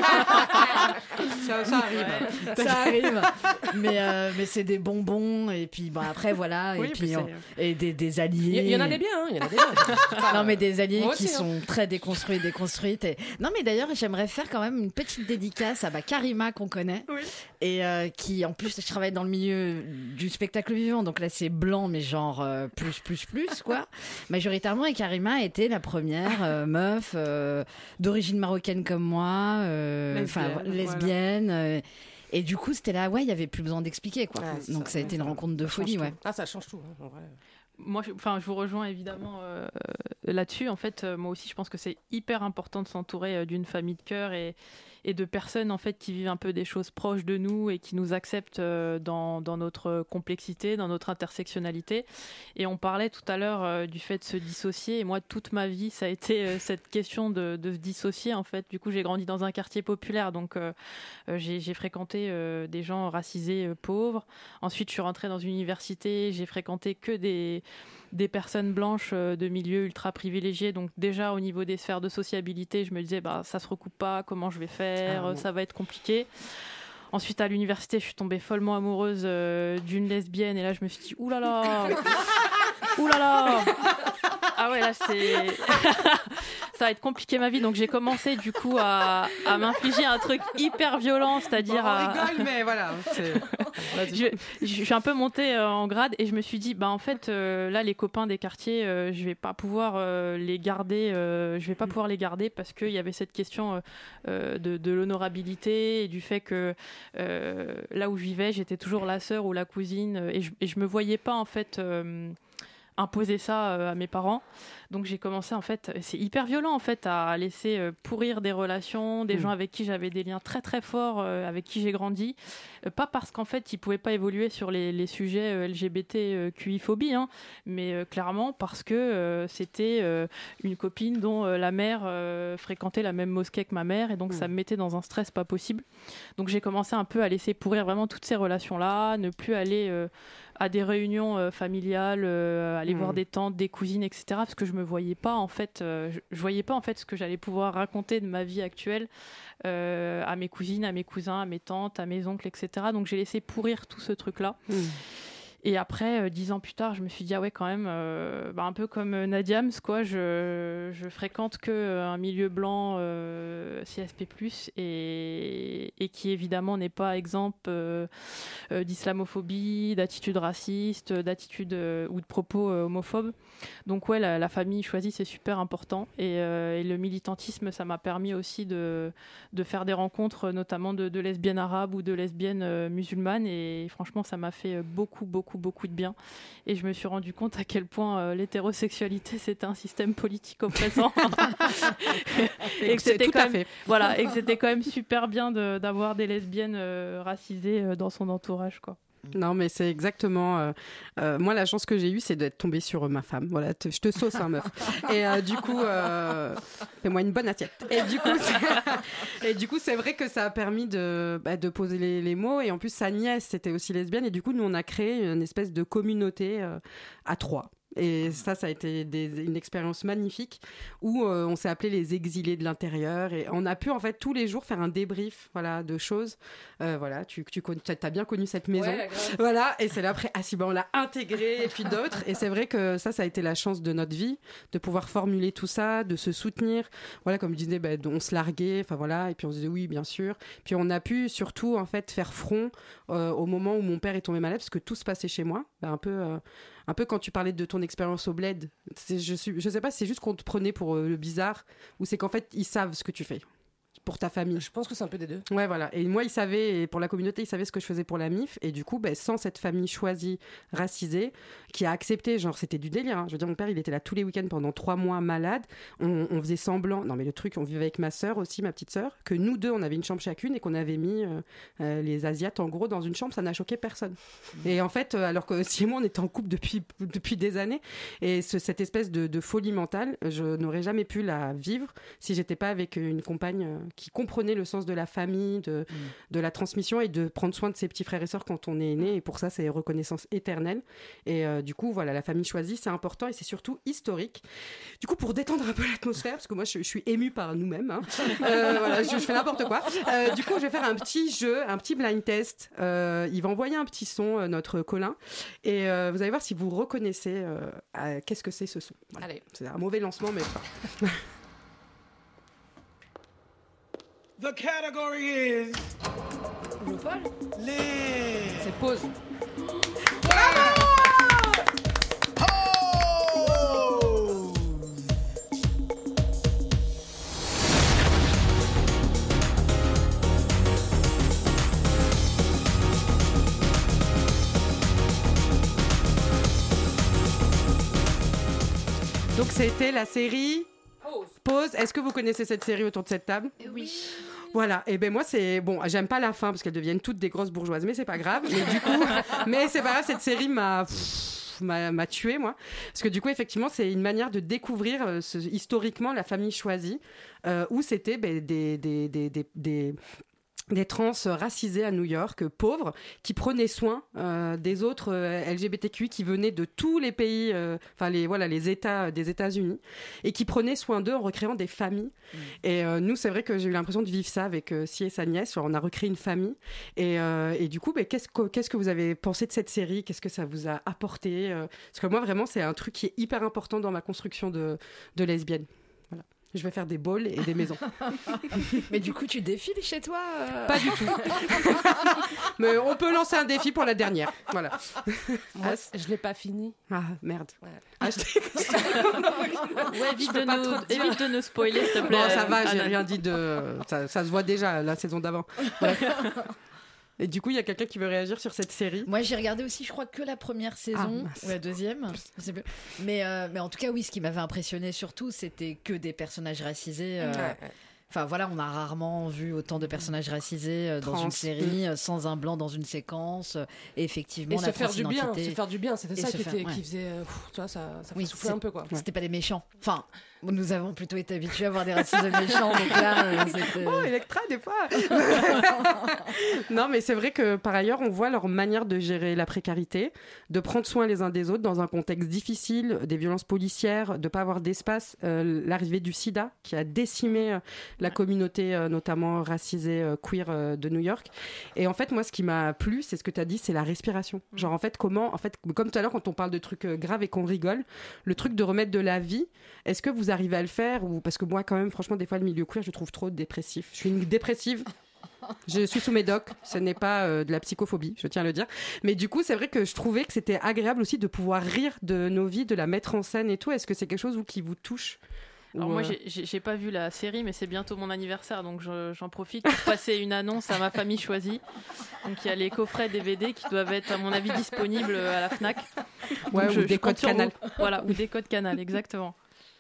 arrive. Ça arrive. Mais c'est des bonbons, et puis après, voilà, oui, et des alliés. Il y en a des biens, Non, mais des alliés qui sont très déconstruites. Non, mais d'ailleurs, j'aimerais faire quand même une petite dédicace à Karima, qu'on connaît, et qui, en plus, je travaille dans le milieu du spectacle vivant, donc là, c'est blanc, mais genre plus, quoi. Majoritairement, et Karima était la première meuf d'origine marocaine comme moi, lesbienne. Et du coup, c'était là, il n'y avait plus besoin d'expliquer, quoi. Donc ça a été une rencontre de folie, ouais. Ah, ça change tout, hein, en vrai. Moi, je vous rejoins évidemment là-dessus. En fait, moi aussi, je pense que c'est hyper important de s'entourer d'une famille de cœur et de personnes en fait qui vivent un peu des choses proches de nous et qui nous acceptent dans notre complexité, dans notre intersectionnalité. Et on parlait tout à l'heure du fait de se dissocier. Et moi, toute ma vie, ça a été cette question de se dissocier. En fait, du coup, j'ai grandi dans un quartier populaire, donc j'ai fréquenté des gens racisés pauvres. Ensuite, je suis rentrée dans une université. J'ai fréquenté que des personnes blanches de milieux ultra privilégiés. Donc déjà, au niveau des sphères de sociabilité, je me disais, ça se recoupe pas, comment je vais faire, ça va être compliqué. Ensuite, à l'université, je suis tombée follement amoureuse d'une lesbienne. Et là, je me suis dit, oulala ah ouais, là, ça va être compliqué ma vie. Donc j'ai commencé du coup à m'infliger un truc hyper violent, c'est-à-dire on rigole, mais voilà. Je suis un peu montée en grade et je me suis dit, en fait, là, les copains des quartiers, je vais pas pouvoir les garder. Je vais pas pouvoir les garder parce qu'il y avait cette question de l'honorabilité et du fait que là où je vivais, j'étais toujours la sœur ou la cousine et je me voyais pas en fait. Imposer ça à mes parents. Donc j'ai commencé, en fait, c'est hyper violent en fait, à laisser pourrir des relations, des gens avec qui j'avais des liens très très forts, avec qui j'ai grandi, pas parce qu'en fait ils pouvaient pas évoluer sur les sujets LGBTQI-phobie, hein, mais clairement parce que c'était une copine dont la mère fréquentait la même mosquée que ma mère, et donc ça me mettait dans un stress pas possible. Donc j'ai commencé un peu à laisser pourrir vraiment toutes ces relations-là, ne plus aller à des réunions familiales, aller voir des tantes, des cousines, etc. Parce que je me voyais pas en fait, je voyais pas en fait ce que j'allais pouvoir raconter de ma vie actuelle à mes cousines, à mes cousins, à mes tantes, à mes oncles, etc. Donc j'ai laissé pourrir tout ce truc-là. Et après, 10 ans plus tard, je me suis dit, ah ouais, quand même, un peu comme Nadiams, quoi, je fréquente qu'un milieu blanc CSP+, et qui évidemment n'est pas exemple d'islamophobie, d'attitude raciste, d'attitude ou de propos homophobes. Donc ouais, la famille choisie, c'est super important. Et le militantisme, ça m'a permis aussi de faire des rencontres, notamment de lesbiennes arabes ou de lesbiennes musulmanes. Et franchement, ça m'a fait beaucoup de bien. Et je me suis rendu compte à quel point l'hétérosexualité, c'était un système politique oppressant. Et que c'était quand même, voilà, et que c'était quand même super bien d'avoir des lesbiennes racisées dans son entourage, quoi. Non, mais c'est exactement... moi, la chance que j'ai eue, c'est d'être tombée sur ma femme. Voilà, je te sauce, hein, meuf. Et du coup, fais-moi une bonne assiette. Et du coup, c'est vrai que ça a permis de poser les mots. Et en plus, sa nièce, c'était aussi lesbienne. Et du coup, nous, on a créé une espèce de communauté à 3. Et ça a été une expérience magnifique où on s'est appelé les exilés de l'intérieur et on a pu en fait tous les jours faire un débrief, voilà, de choses. Voilà, tu as bien connu cette maison, ouais, voilà. Et c'est là après, on l'a intégré et puis d'autres. Et c'est vrai que ça a été la chance de notre vie, de pouvoir formuler tout ça, de se soutenir. Voilà, comme je disais, on se larguait, enfin voilà, et puis on se disait oui, bien sûr. Puis on a pu surtout en fait faire front au moment où mon père est tombé malade parce que tout se passait chez moi, un peu quand tu parlais de ton expérience au bled, je sais pas si c'est juste qu'on te prenait pour le bizarre ou c'est qu'en fait ils savent ce que tu fais pour ta famille. Je pense que c'est un peu des deux. Ouais, voilà. Et moi, ils savaient, et pour la communauté, ils savaient ce que je faisais pour la MIF. Et du coup, sans cette famille choisie, racisée, qui a accepté, genre, c'était du délire. Hein. Je veux dire, mon père, il était là tous les week-ends pendant 3 mois malade. On faisait semblant. Non, mais le truc, on vivait avec ma sœur aussi, ma petite sœur, que nous deux, on avait une chambre chacune et qu'on avait mis les Asiates, en gros, dans une chambre. Ça n'a choqué personne. Et en fait, alors que si moi, on était en couple depuis des années. Et cette espèce de folie mentale, je n'aurais jamais pu la vivre si j'étais pas avec une compagne qui comprenait le sens de la famille, de la transmission et de prendre soin de ses petits frères et sœurs quand on est né. Et pour ça, c'est reconnaissance éternelle. Et du coup, voilà, la famille choisie, c'est important et c'est surtout historique. Du coup, pour détendre un peu l'atmosphère, parce que moi, je suis émue par nous-mêmes, hein. Voilà, je fais n'importe quoi. Du coup, je vais faire un petit jeu, un petit blind test. Il va envoyer un petit son, notre Colin. Et vous allez voir si vous reconnaissez qu'est-ce que c'est ce son. Voilà. Allez. C'est un mauvais lancement, mais pas. The category is... RuPaul. C'est pause. Donc c'était la série Pause. Est-ce que vous connaissez cette série autour de cette table ? Oui. Voilà, et ben moi c'est bon, j'aime pas la fin parce qu'elles deviennent toutes des grosses bourgeoises, mais c'est pas grave. Mais du coup, c'est pas grave, cette série m'a tuée, moi, parce que du coup effectivement c'est une manière de découvrir historiquement la famille choisie, où c'était des trans racisés à New York, pauvres, qui prenaient soin des autres LGBTQI qui venaient de tous les pays, les États des États-Unis, et qui prenaient soin d'eux en recréant des familles. Et nous, c'est vrai que j'ai eu l'impression de vivre ça avec Si et sa nièce. On a recréé une famille. Et du coup, qu'est-ce que vous avez pensé de cette série ? Qu'est-ce que ça vous a apporté ? Parce que moi, vraiment, c'est un truc qui est hyper important dans ma construction de lesbienne. Voilà. Je vais faire des balls et des maisons. Mais du coup, tu défiles chez toi Pas du tout. Mais on peut lancer un défi pour la dernière. Voilà. Moi, je l'ai pas fini. Ah, merde. Ouais. Évite de nous spoiler, s'il te plaît. Bon, ça va, j'ai rien dit de... Ça se voit déjà, la saison d'avant. Ouais. Et du coup, il y a quelqu'un qui veut réagir sur cette série ? Moi, j'ai regardé aussi, je crois, que la première saison, ou la deuxième. Je sais plus. Mais en tout cas, oui, ce qui m'avait impressionné surtout, c'était que des personnages racisés. Enfin voilà, on a rarement vu autant de personnages racisés dans une série, sans un blanc dans une séquence. Et effectivement, se faire du bien, c'était ça qui faisait. Tu vois, ça fait souffler un peu, quoi. C'était pas des méchants. Enfin, nous avons plutôt été habitués à voir des racistes méchants, donc là, c'était. Oh, Electra, des fois. Non, mais c'est vrai que par ailleurs, on voit leur manière de gérer la précarité, de prendre soin les uns des autres dans un contexte difficile, des violences policières, de pas avoir d'espace, l'arrivée du sida qui a décimé la communauté, notamment racisée queer de New York. Et en fait, moi, ce qui m'a plu, c'est ce que tu as dit, c'est la respiration. Genre, en fait, comme tout à l'heure, quand on parle de trucs graves et qu'on rigole, le truc de remettre de la vie, est-ce que vous arrivez à le faire ou parce que moi, quand même, franchement, des fois, le milieu queer, je trouve trop dépressif. Je suis une dépressive. Je suis sous médoc, ce n'est pas de la psychophobie, je tiens à le dire. Mais du coup, c'est vrai que je trouvais que c'était agréable aussi de pouvoir rire de nos vies, de la mettre en scène et tout. Est-ce que c'est quelque chose qui vous touche ? Alors moi, j'ai pas vu la série, mais c'est bientôt mon anniversaire, donc j'en profite pour passer une annonce à ma famille choisie. Donc il y a les coffrets DVD qui doivent être, à mon avis, disponibles à la Fnac. Ouais, ou des codes Canal. Voilà, ou des codes Canal, exactement.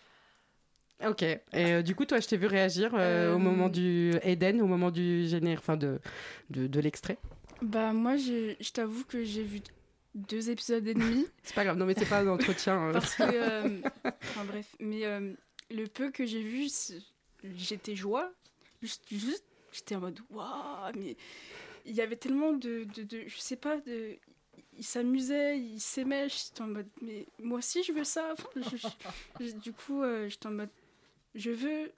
Ok. Et du coup, toi, je t'ai vu réagir au moment du Eden, au moment du générique, enfin de l'extrait. Bah moi, je t'avoue que j'ai vu 2 épisodes et demi. C'est pas grave, non mais c'est pas un entretien. Parce que, enfin bref, mais le peu que j'ai vu, j'étais joie. Juste, j'étais en mode waouh, mais il y avait tellement de je sais pas, ils s'amusaient, ils s'aimaient. J'étais en mode mais moi aussi je veux ça. Du coup, j'étais en mode je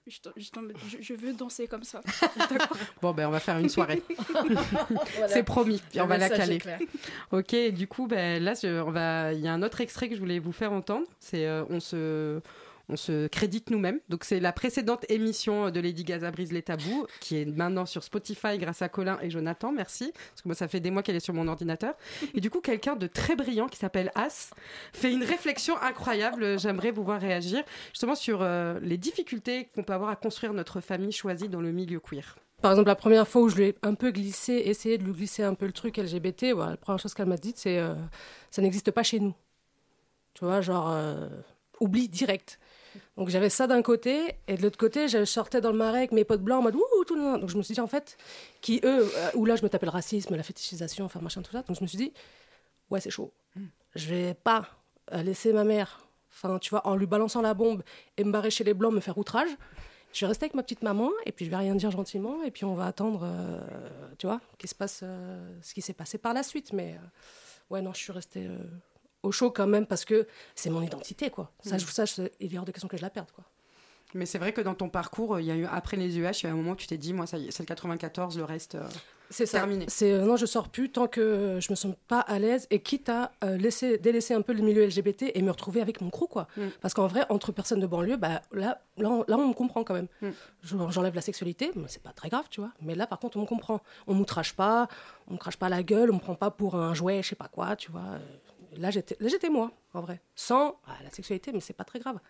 veux danser comme ça. D'accord. Bon, ben on va faire une soirée. Voilà. C'est promis. Puis on va la caler. Ok. Et du coup, ben là, il y a un autre extrait que je voulais vous faire entendre. C'est on se crédite nous-mêmes. Donc, c'est la précédente émission de Lady Gaza Brise les Tabous, qui est maintenant sur Spotify grâce à Colin et Jonathan. Merci. Parce que moi, ça fait des mois qu'elle est sur mon ordinateur. Et du coup, quelqu'un de très brillant qui s'appelle As fait une réflexion incroyable. J'aimerais vous voir réagir justement sur les difficultés qu'on peut avoir à construire notre famille choisie dans le milieu queer. Par exemple, la première fois où je lui ai un peu essayé de lui glisser un peu le truc LGBT, voilà, la première chose qu'elle m'a dite, c'est ça n'existe pas chez nous. Tu vois, genre, oublie direct. Donc j'avais ça d'un côté, et de l'autre côté, je sortais dans le marais avec mes potes blancs en mode ouh, tout le monde. Donc je me suis dit, en fait, où là je me tapais le racisme, la fétichisation, enfin machin, tout ça. Donc je me suis dit, ouais, c'est chaud. Je vais pas laisser ma mère, enfin, tu vois, en lui balançant la bombe et me barrer chez les blancs, me faire outrage. Je vais rester avec ma petite maman, et puis je vais rien dire gentiment, et puis on va attendre, tu vois, qu'il se passe ce qui s'est passé par la suite. Mais ouais, non, je suis restée au chaud quand même, parce que c'est mon identité, quoi. Ça, il est hors de question que je la perde, quoi. Mais c'est vrai que dans ton parcours, il y a eu, après les UH, il y a un moment où tu t'es dit, moi, ça y est, c'est le 94, le reste, c'est ça. Terminé. Non, je sors plus tant que je me sens pas à l'aise, et quitte à délaisser un peu le milieu LGBT et me retrouver avec mon crew, quoi. Parce qu'en vrai, entre personnes de banlieue, bah, là, on me comprend quand même. J'enlève la sexualité, mais c'est pas très grave, tu vois. Mais là, par contre, on me comprend. On m'outrage pas, on me crache pas la gueule, on me prend pas pour un jouet, je sais pas quoi, tu vois. Là, j'étais moi, en vrai. Sans la sexualité, mais c'est pas très grave.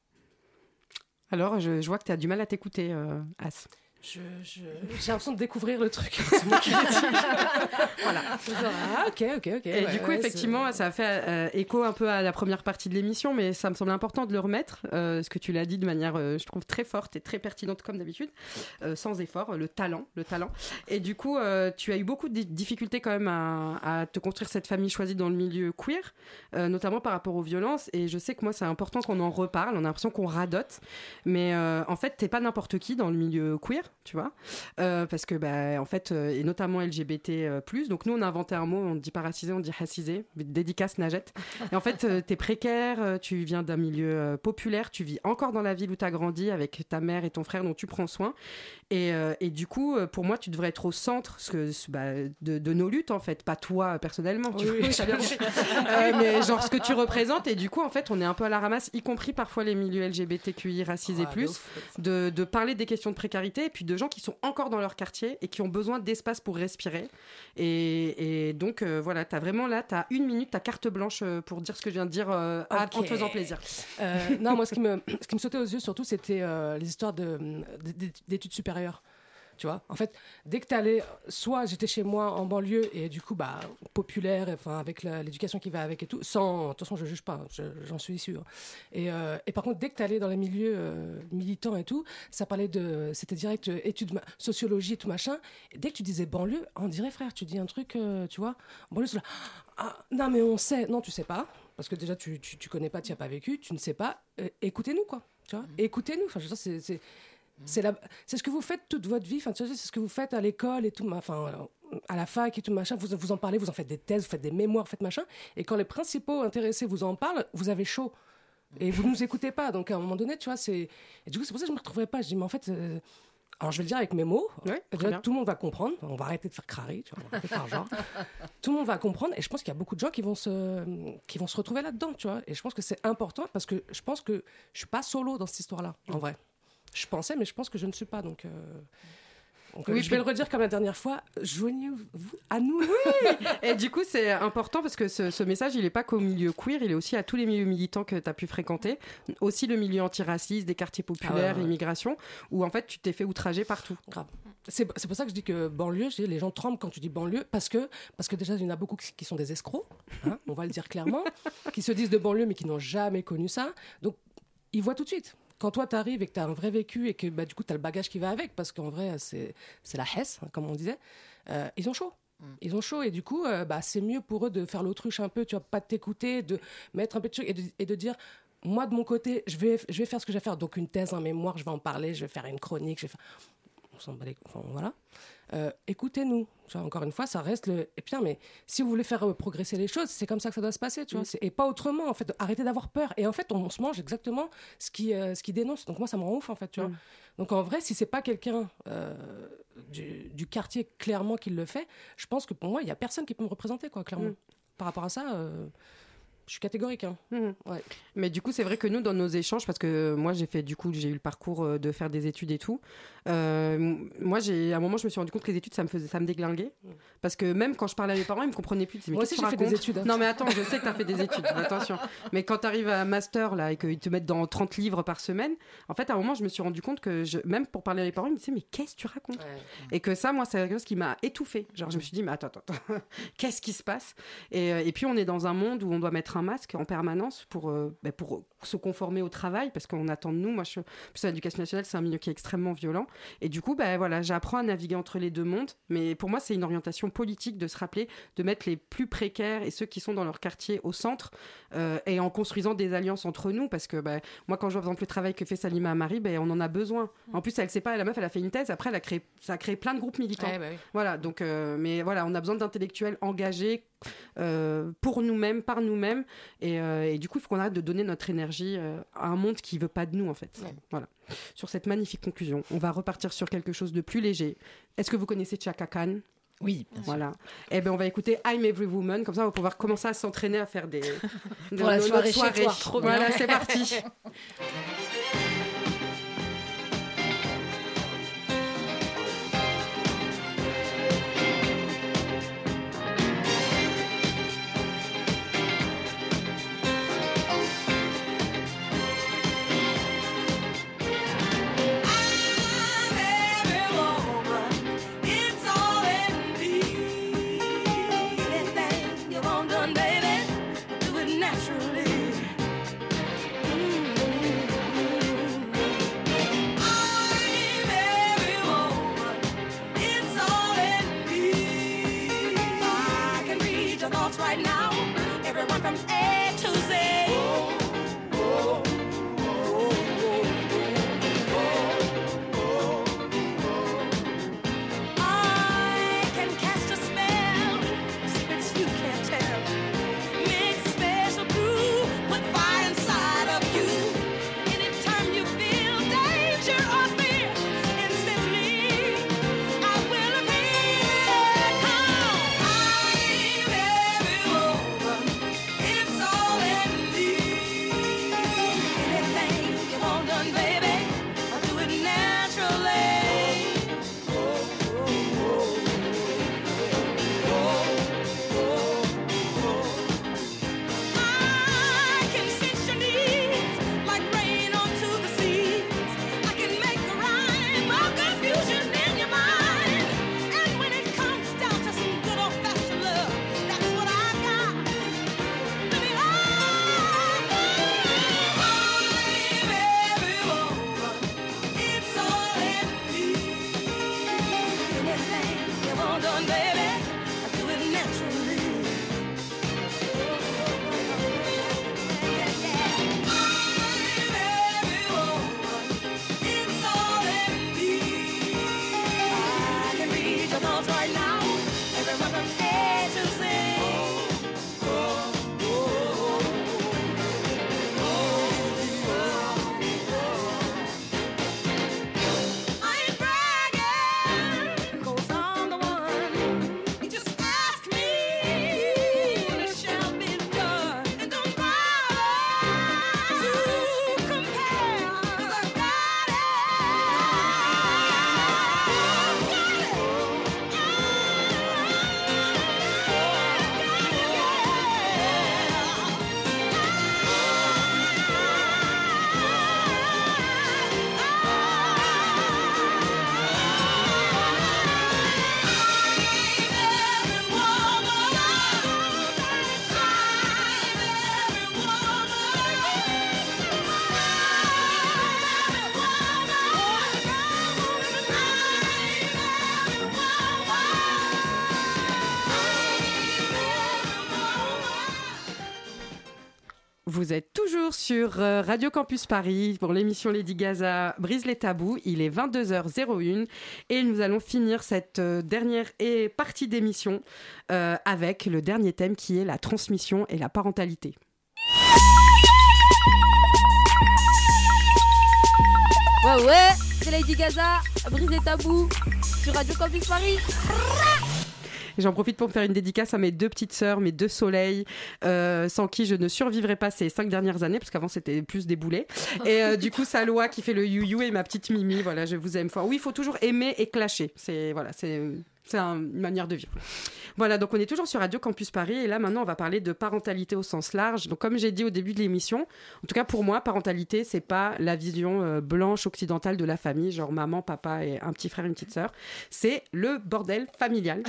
Alors, je vois que tu as du mal à t'écouter, As. J'ai l'impression de découvrir le truc. C'est moi qui l'ai dit. Voilà. Ok. Et du coup, effectivement, ça a fait écho un peu à la première partie de l'émission, mais ça me semble important de le remettre, ce que tu l'as dit de manière, je trouve, très forte et très pertinente, comme d'habitude, sans effort, le talent. Et du coup, tu as eu beaucoup de difficultés quand même à te construire cette famille choisie dans le milieu queer, notamment par rapport aux violences. Et je sais que moi, c'est important qu'on en reparle. On a l'impression qu'on radote. Mais en fait, t'es pas n'importe qui dans le milieu queer. Tu vois, parce que en fait, et notamment LGBT+, donc nous on a inventé un mot, on ne dit pas racisé, on dit racisé, dédicace Najette. Et en fait, t'es précaire, tu viens d'un milieu populaire, tu vis encore dans la ville où t'as grandi avec ta mère et ton frère dont tu prends soin, et du coup, pour moi, tu devrais être au centre de nos luttes, en fait, pas toi personnellement, tu vois, t'as bien compris. Mais genre ce que tu représentes, et du coup, en fait, on est un peu à la ramasse, y compris parfois les milieux LGBTQI racisés+, de parler des questions de précarité, et puis de gens qui sont encore dans leur quartier et qui ont besoin d'espace pour respirer. Et donc, voilà, t'as 1 minute, t'as carte blanche pour dire ce que je viens de dire en te faisant plaisir. Non, moi, ce qui me sautait aux yeux, surtout, c'était les histoires d'études supérieures. Tu vois, en fait, dès que t'allais, soit j'étais chez moi en banlieue et du coup, populaire, enfin avec l'éducation qui va avec et tout, sans, attention, je juge pas, j'en suis sûre. Et par contre, dès que t'allais dans les milieux militants et tout, ça parlait c'était direct études, sociologie et tout machin. Et dès que tu disais banlieue, on dirait frère, tu dis un truc, tu vois, banlieue, c'est là, non mais on sait, non tu sais pas, parce que déjà tu connais pas, tu as pas vécu, tu ne sais pas, écoutez-nous quoi, tu vois, écoutez-nous, enfin je veux dire, c'est ce que vous faites toute votre vie, c'est ce que vous faites à l'école et tout, à la fac et tout machin, vous en parlez, vous en faites des thèses, vous faites des mémoires, vous faites machin, et quand les principaux intéressés vous en parlent, vous avez chaud, et vous nous écoutez pas, donc à un moment donné, tu vois, et du coup c'est pour ça que je me retrouvais pas, je dis mais en fait, alors je vais le dire avec mes mots, déjà, tout le monde va comprendre, on va arrêter de faire crari, tu vois, on va arrêter de faire genre, tout le monde va comprendre, et je pense qu'il y a beaucoup de gens qui vont se retrouver là-dedans, tu vois, et je pense que c'est important, parce que je pense que je suis pas solo dans cette histoire-là, en vrai. Je pensais, mais je pense que je ne suis pas. Donc oui, je vais le redire comme la dernière fois. Joignez-vous à nous. Oui. Et du coup, c'est important parce que ce message, il n'est pas qu'au milieu queer, il est aussi à tous les milieux militants que tu as pu fréquenter. Aussi le milieu antiraciste, des quartiers populaires, immigration, où en fait, tu t'es fait outrager partout. Grave. C'est pour ça que je dis que banlieue, les gens tremblent quand tu dis banlieue, parce que déjà, il y en a beaucoup qui sont des escrocs, hein, on va le dire clairement, qui se disent de banlieue, mais qui n'ont jamais connu ça. Donc, ils voient tout de suite. Quand toi, t'arrives et que t'as un vrai vécu et que du coup, t'as le bagage qui va avec, parce qu'en vrai, c'est la hesse, hein, comme on disait, ils ont chaud. Ils ont chaud et du coup, c'est mieux pour eux de faire l'autruche un peu, tu vois, pas de t'écouter, de mettre un peu de trucs et de dire, moi, de mon côté, je vais faire ce que j'ai à faire. Donc, une thèse, un mémoire, je vais en parler, je vais faire une chronique, on s'en bat les... Enfin, voilà. Écoutez-nous. Tu vois, encore une fois, ça reste le... Et bien, mais si vous voulez faire progresser les choses, c'est comme ça que ça doit se passer, tu vois. Et pas autrement, en fait. Arrêtez d'avoir peur. Et en fait, on se mange exactement ce qui dénonce. Donc moi, ça me rend ouf, en fait, tu vois. Donc en vrai, si c'est pas quelqu'un du quartier, clairement, qui le fait, je pense que pour moi, il y a personne qui peut me représenter, quoi, clairement. Par rapport à ça... Je suis catégorique. Hein. Ouais. Mais du coup, c'est vrai que nous, dans nos échanges, parce que moi, j'ai eu le parcours de faire des études et tout. Moi, à un moment, je me suis rendu compte que les études, ça me déglinguait. Parce que même quand je parlais à mes parents, ils me comprenaient plus. Moi aussi, j'ai fait des études. Hein. Non, mais attends, je sais que tu as fait des études. Attention. Mais quand tu arrives à master là et qu'ils te mettent dans 30 livres par semaine, en fait, à un moment, je me suis rendu compte que même pour parler à mes parents, ils me disaient mais qu'est-ce que tu racontes ? Et que ça, moi, c'est quelque chose qui m'a étouffée. Genre, je me suis dit mais attends, qu'est-ce qui se passe ? Et puis, on est dans un monde où on doit mettre un masque en permanence pour se conformer au travail parce qu'on attend de nous. Moi, plus l'éducation nationale, c'est un milieu qui est extrêmement violent. Et du coup, j'apprends à naviguer entre les deux mondes. Mais pour moi, c'est une orientation politique de se rappeler de mettre les plus précaires et ceux qui sont dans leur quartier au centre et en construisant des alliances entre nous. Parce que moi, quand je vois par exemple le travail que fait Salima Amari, on en a besoin. En plus, elle sait pas, la meuf, elle a fait une thèse. Après, ça a créé plein de groupes militants. Oui. Voilà, donc, mais voilà, on a besoin d'intellectuels engagés pour nous-mêmes, par nous-mêmes. Et du coup, il faut qu'on arrête de donner notre énergie à un monde qui ne veut pas de nous, en fait. Voilà. Sur cette magnifique conclusion, on va repartir sur quelque chose de plus léger. Est-ce que vous connaissez Chaka Khan ? Oui, bien sûr. Voilà. Et on va écouter I'm Every Woman. Comme ça, on va pouvoir commencer à s'entraîner à faire pour la soirée chez toi. Trop bien. Voilà, c'est parti. Naturally. Vous êtes toujours sur Radio Campus Paris pour l'émission Lady Gaza Brise les tabous. Il est 22h01 et nous allons finir cette dernière partie d'émission avec le dernier thème qui est la transmission et la parentalité. Ouais, c'est Lady Gaza Brise les tabous sur Radio Campus Paris. Et j'en profite pour me faire une dédicace à mes 2 petites sœurs, mes 2 soleils, sans qui je ne survivrai pas ces 5 dernières années, parce qu'avant c'était plus des boulets. Et du coup, Salwa qui fait le you-you et ma petite Mimi, voilà, je vous aime fort. Oui, il faut toujours aimer et clasher. C'est une manière de vivre. Voilà, donc on est toujours sur Radio Campus Paris et là maintenant on va parler de parentalité au sens large. Donc comme j'ai dit au début de l'émission, en tout cas pour moi, parentalité c'est pas la vision blanche occidentale de la famille, genre maman, papa et un petit frère, une petite sœur. C'est le bordel familial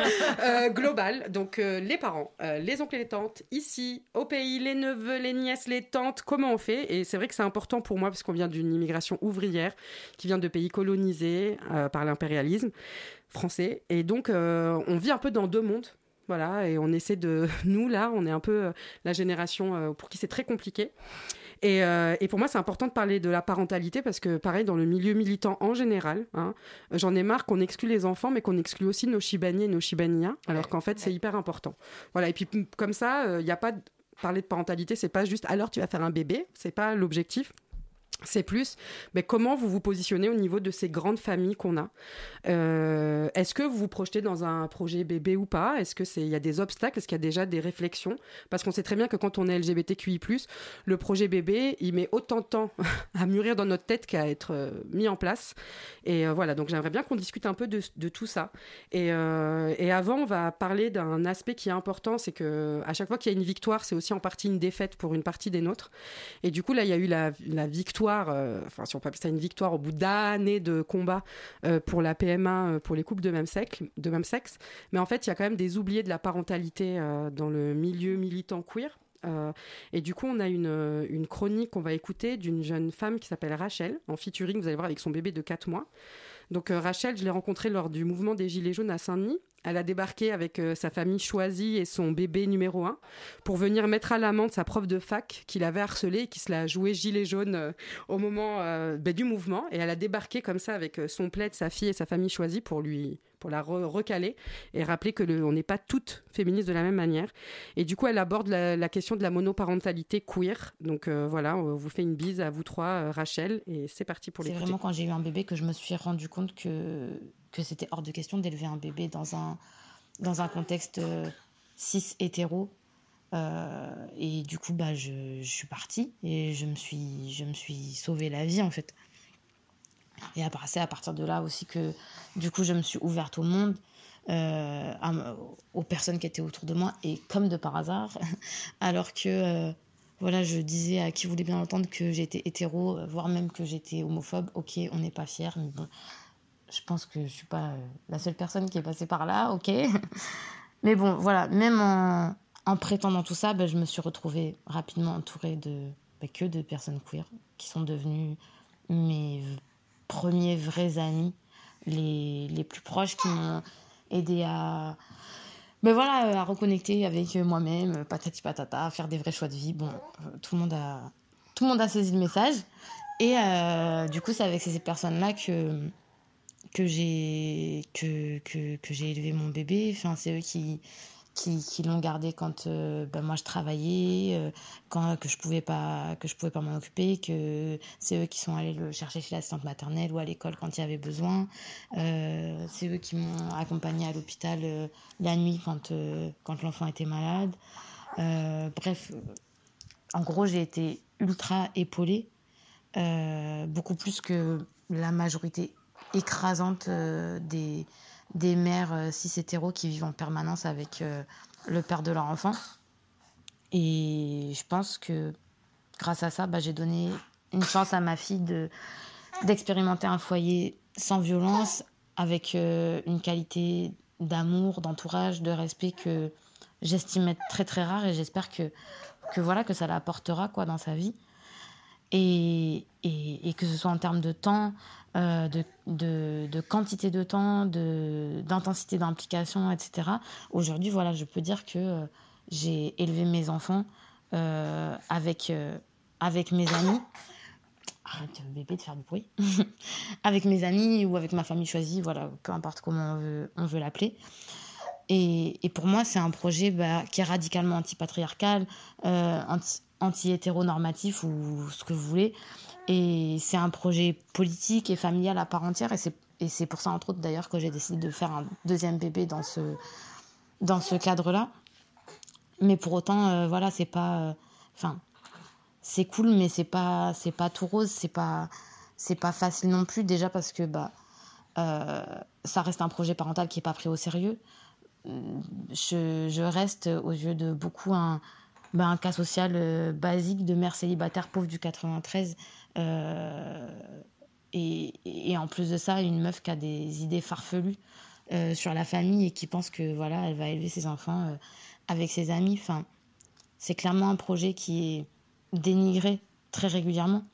global. Donc les parents, les oncles et les tantes, ici au pays, les neveux, les nièces, les tantes, comment on fait? Et c'est vrai que c'est important pour moi parce qu'on vient d'une immigration ouvrière qui vient de pays colonisés par l'impérialisme français. Et donc, on vit un peu dans 2 mondes. Voilà, et on essaie de... Nous, là, on est un peu la génération pour qui c'est très compliqué. Et pour moi, c'est important de parler de la parentalité parce que, pareil, dans le milieu militant en général, j'en ai marre qu'on exclue les enfants, mais qu'on exclue aussi nos Shibani et nos Shibanias, alors qu'en fait, c'est hyper important. Voilà, et puis comme ça, il n'y a pas... Parler de parentalité, c'est pas juste « alors tu vas faire un bébé », c'est pas l'objectif. C'est plus comment vous vous positionnez au niveau de ces grandes familles qu'on a. Est-ce que vous vous projetez dans un projet bébé ou pas? Est-ce qu'il y a des obstacles? Est-ce qu'il y a déjà des réflexions? Parce qu'on sait très bien que quand on est LGBTQI+, le projet bébé, il met autant de temps à mûrir dans notre tête qu'à être mis en place. Et voilà, donc j'aimerais bien qu'on discute un peu de tout ça. Et avant, on va parler d'un aspect qui est important, c'est qu'à chaque fois qu'il y a une victoire, c'est aussi en partie une défaite pour une partie des nôtres. Et du coup, là, il y a eu la victoire, si on peut appeler ça une victoire au bout d'années de combat pour la PMA pour les couples de même sexe. Mais en fait, il y a quand même des oubliés de la parentalité dans le milieu militant queer. Et du coup, on a une chronique qu'on va écouter d'une jeune femme qui s'appelle Rachel, en featuring, vous allez voir, avec son bébé de 4 mois. Donc Rachel, je l'ai rencontrée lors du mouvement des Gilets jaunes à Saint-Denis. Elle a débarqué avec sa famille choisie et son bébé numéro 1 pour venir mettre à l'amende sa prof de fac qui l'avait harcelée et qui se l'a joué gilet jaune au moment du mouvement. Et elle a débarqué comme ça avec son plaid, sa fille et sa famille choisie pour la recaler et rappeler qu'on n'est pas toutes féministes de la même manière. Et du coup, elle aborde la question de la monoparentalité queer. Donc voilà, on vous fait une bise à vous 3, Rachel, et c'est parti pour l'écouter. C'est vraiment quand j'ai eu un bébé que je me suis rendu compte que c'était hors de question d'élever un bébé dans un contexte cis hétéro. Et du coup, je suis partie et je me suis sauvé la vie, en fait. Et c'est à partir de là aussi que, du coup, je me suis ouverte au monde, aux personnes qui étaient autour de moi. Et comme de par hasard, alors que je disais à qui voulait bien l'entendre que j'étais hétéro, voire même que j'étais homophobe, ok, on n'est pas fiers, mais bon, je pense que je ne suis pas la seule personne qui est passée par là, ok. Mais bon, voilà, même en prétendant tout ça, je me suis retrouvée rapidement entourée que de personnes queer qui sont devenues mes premiers vrais amis, les plus proches, qui m'ont aidé à reconnecter avec moi-même, patati patata, faire des vrais choix de vie. Bon, tout le monde a saisi le message. Et du coup, c'est avec ces personnes-là que j'ai élevé mon bébé. Enfin, c'est eux qui l'ont gardé quand moi je travaillais, que je pouvais pas m'en occuper, que c'est eux qui sont allés le chercher chez l'assistante maternelle ou à l'école quand il y avait besoin. C'est eux qui m'ont accompagnée à l'hôpital la nuit quand l'enfant était malade. Bref, en gros, j'ai été ultra épaulée, beaucoup plus que la majorité écrasante des mères cis-hétéros qui vivent en permanence avec le père de leur enfant. Et je pense que grâce à ça, j'ai donné une chance à ma fille d'expérimenter un foyer sans violence, avec une qualité d'amour, d'entourage, de respect que j'estime être très très rare, et j'espère que ça la apportera dans sa vie. Et que ce soit en termes de temps, de quantité de temps, d'intensité d'implication, etc. Aujourd'hui, je peux dire que j'ai élevé mes enfants avec mes amis. Arrête, bébé, de faire du bruit. Avec mes amis ou avec ma famille choisie, voilà, peu importe comment on veut l'appeler. Et pour moi, c'est un projet qui est radicalement anti-patriarcal, anti-hétéronormatif ou ce que vous voulez. Et c'est un projet politique et familial à part entière. Et c'est pour ça, entre autres, d'ailleurs, que j'ai décidé de faire un deuxième bébé dans ce cadre-là. Mais pour autant, voilà, c'est pas... c'est cool, mais c'est pas tout rose, c'est pas facile non plus. Déjà parce que ça reste un projet parental qui est pas pris au sérieux. Je reste aux yeux de beaucoup un cas social basique de mère célibataire pauvre du 93 et en plus de ça une meuf qui a des idées farfelues sur la famille et qui pense que voilà elle va élever ses enfants avec ses amis. Enfin, c'est clairement un projet qui est dénigré très régulièrement.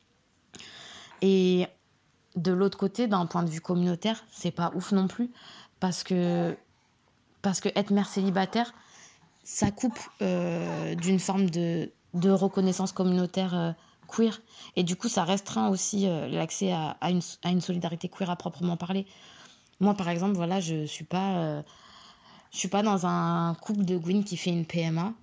Et de l'autre côté, d'un point de vue communautaire, c'est pas ouf non plus parce que être mère célibataire, ça coupe d'une forme de reconnaissance communautaire queer. Et du coup, ça restreint aussi l'accès à une solidarité queer à proprement parler. Moi, par exemple, voilà, je suis pas dans un couple de Gwyn qui fait une PMA.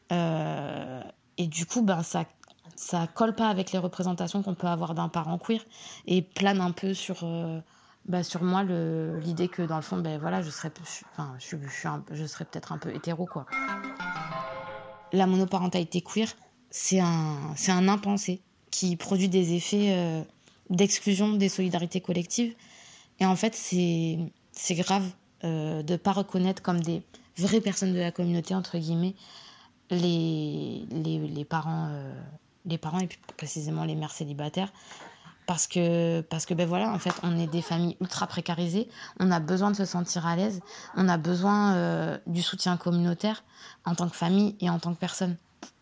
Et du coup, ça colle pas avec les représentations qu'on peut avoir d'un parent queer et plane un peu sur moi l'idée que dans le fond voilà je serais peut-être un peu hétéro quoi. La monoparentalité queer c'est un impensé qui produit des effets d'exclusion des solidarités collectives et en fait c'est grave de pas reconnaître comme des vraies personnes de la communauté entre guillemets les parents et plus précisément les mères célibataires parce que voilà en fait on est des familles ultra précarisées, on a besoin de se sentir à l'aise, on a besoin du soutien communautaire en tant que famille et en tant que personne.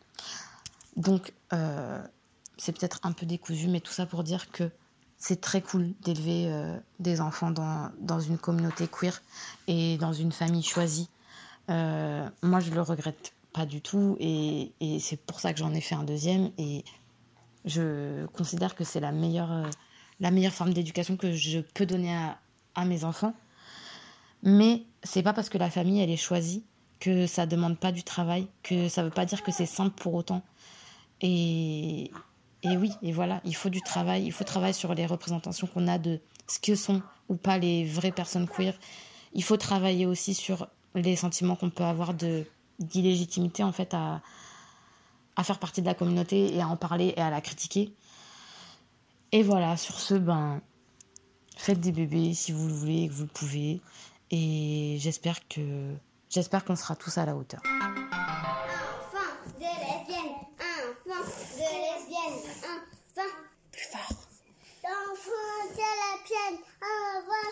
Donc c'est peut-être un peu décousu mais tout ça pour dire que c'est très cool d'élever des enfants dans une communauté queer et dans une famille choisie. Moi je le regrette pas du tout et c'est pour ça que j'en ai fait un deuxième et je considère que c'est la meilleure forme d'éducation que je peux donner à mes enfants. Mais c'est pas parce que la famille elle est choisie que ça demande pas du travail, que ça veut pas dire que c'est simple pour autant. Et oui, et voilà, il faut du travail, il faut travailler sur les représentations qu'on a de ce que sont ou pas les vraies personnes queer. Il faut travailler aussi sur les sentiments qu'on peut avoir d'illégitimité en fait à faire partie de la communauté et à en parler et à la critiquer. Et voilà, sur ce, faites des bébés si vous le voulez et que vous le pouvez. Et j'espère qu'on sera tous à la hauteur. Enfant de lesbienne, enfant. Plus fort. Enfant de lesbienne, enfant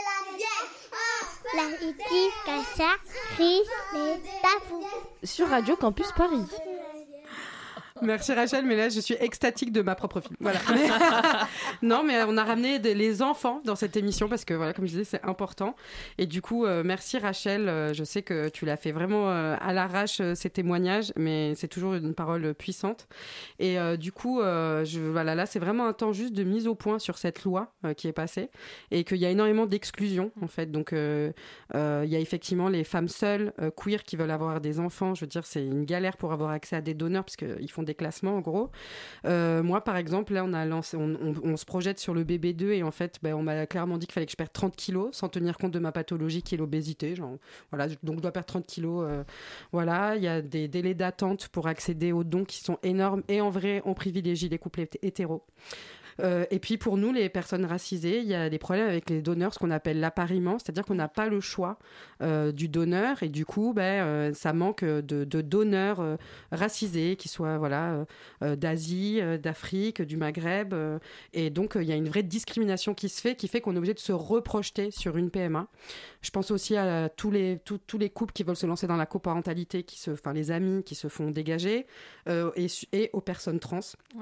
de la lesbienne, La Idigasa Brise les Tabous. Sur Radio Campus Paris. Merci Rachel, mais là je suis extatique de ma propre fille. Voilà. Non, mais on a ramené les enfants dans cette émission parce que voilà, comme je disais, c'est important. Et du coup, merci Rachel. Je sais que tu l'as fait vraiment à l'arrache ces témoignages, mais c'est toujours une parole puissante. Et du coup, voilà, là c'est vraiment un temps juste de mise au point sur cette loi qui est passée et qu'il y a énormément d'exclusion en fait. Donc il y a effectivement les femmes seules queer qui veulent avoir des enfants. Je veux dire, c'est une galère pour avoir accès à des donneurs parce qu'ils font des classements en gros. Moi par exemple là on se projette sur le bébé 2 et en fait on m'a clairement dit qu'il fallait que je perde 30 kilos sans tenir compte de ma pathologie qui est l'obésité, genre, voilà, donc je dois perdre 30 kilos. Voilà, il y a des délais d'attente pour accéder aux dons qui sont énormes et en vrai on privilégie les couples hétéros. Et puis pour nous, les personnes racisées, il y a des problèmes avec les donneurs, ce qu'on appelle l'appariement, c'est-à-dire qu'on n'a pas le choix du donneur et du coup, ça manque de donneurs racisés qui soient d'Asie, d'Afrique, du Maghreb. Et donc, il y a une vraie discrimination qui se fait, qui fait qu'on est obligé de se reprojeter sur une PMA. Je pense aussi à tous les couples qui veulent se lancer dans la coparentalité, les amis qui se font dégager et aux personnes trans. Ouais.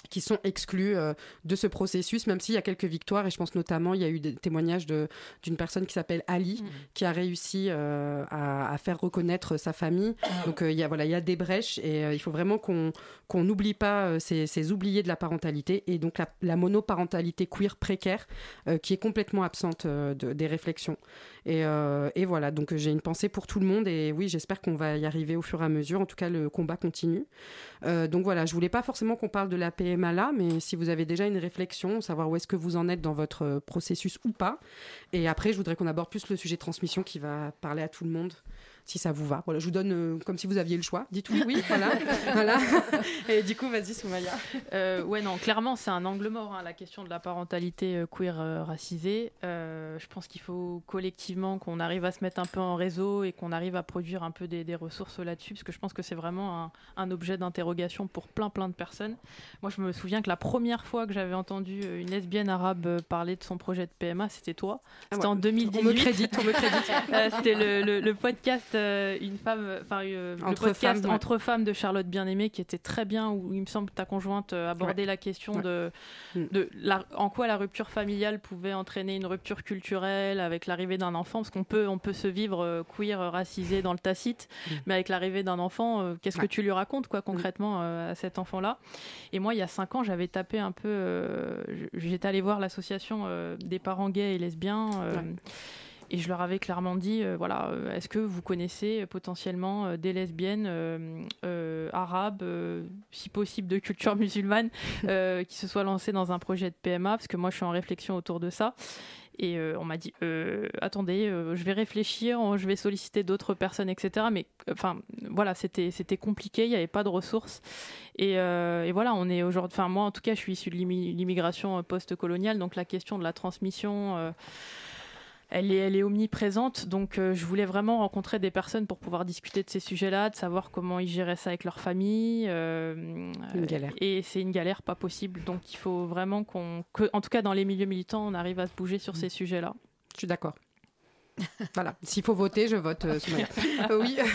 qui sont exclus de ce processus, même s'il y a quelques victoires. Et je pense notamment, il y a eu des témoignages d'une personne qui s'appelle Ali, qui a réussi à faire reconnaître sa famille. Donc il y a des brèches et il faut vraiment qu'on n'oublie pas ces oubliés de la parentalité et donc la monoparentalité queer précaire qui est complètement absente des réflexions. Et voilà, donc j'ai une pensée pour tout le monde et oui, j'espère qu'on va y arriver au fur et à mesure. En tout cas, le combat continue. Donc voilà, je voulais pas forcément qu'on parle de la PMA là, mais si vous avez déjà une réflexion, savoir où est-ce que vous en êtes dans votre processus ou pas. Et après, je voudrais qu'on aborde plus le sujet de transmission qui va parler à tout le monde, si ça vous va. Voilà, je vous donne comme si vous aviez le choix. Dites oui, voilà. Et du coup, vas-y, Soumaya. Ouais, non, clairement, c'est un angle mort, la question de la parentalité queer racisée. Je pense qu'il faut collectivement qu'on arrive à se mettre un peu en réseau et qu'on arrive à produire un peu des ressources là-dessus, parce que je pense que c'est vraiment un objet d'interrogation pour plein de personnes. Moi, je me souviens que la première fois que j'avais entendu une lesbienne arabe parler de son projet de PMA, c'était toi. C'était en 2018. On me crédite. C'était le podcast le podcast Entre femmes de Charlotte Bien-Aimée qui était très bien, où il me semble que ta conjointe abordait la question en quoi la rupture familiale pouvait entraîner une rupture culturelle avec l'arrivée d'un enfant, parce qu'on peut se vivre queer, racisé dans le tacite, mais avec l'arrivée d'un enfant, qu'est-ce que tu lui racontes concrètement à cet enfant-là. Et moi, il y a 5 ans, j'avais tapé un peu, j'étais allée voir l'association des parents gays et lesbiens. Et je leur avais clairement dit, est-ce que vous connaissez potentiellement des lesbiennes arabes, si possible de culture musulmane, qui se soient lancées dans un projet de PMA, parce que moi je suis en réflexion autour de ça. Et on m'a dit, attendez, je vais réfléchir, je vais solliciter d'autres personnes, etc. Mais voilà, c'était compliqué, il n'y avait pas de ressources. Et voilà, on est aujourd'hui. Enfin, moi, en tout cas, je suis issue de l'immigration post-coloniale, donc la question de la transmission. Elle est omniprésente, donc je voulais vraiment rencontrer des personnes pour pouvoir discuter de ces sujets-là, de savoir comment ils géraient ça avec leur famille. Une galère. Et c'est une galère pas possible, donc il faut vraiment en tout cas dans les milieux militants, on arrive à se bouger sur ces sujets-là. Je suis d'accord. Voilà, s'il faut voter, je vote Soumaya. Oui, là,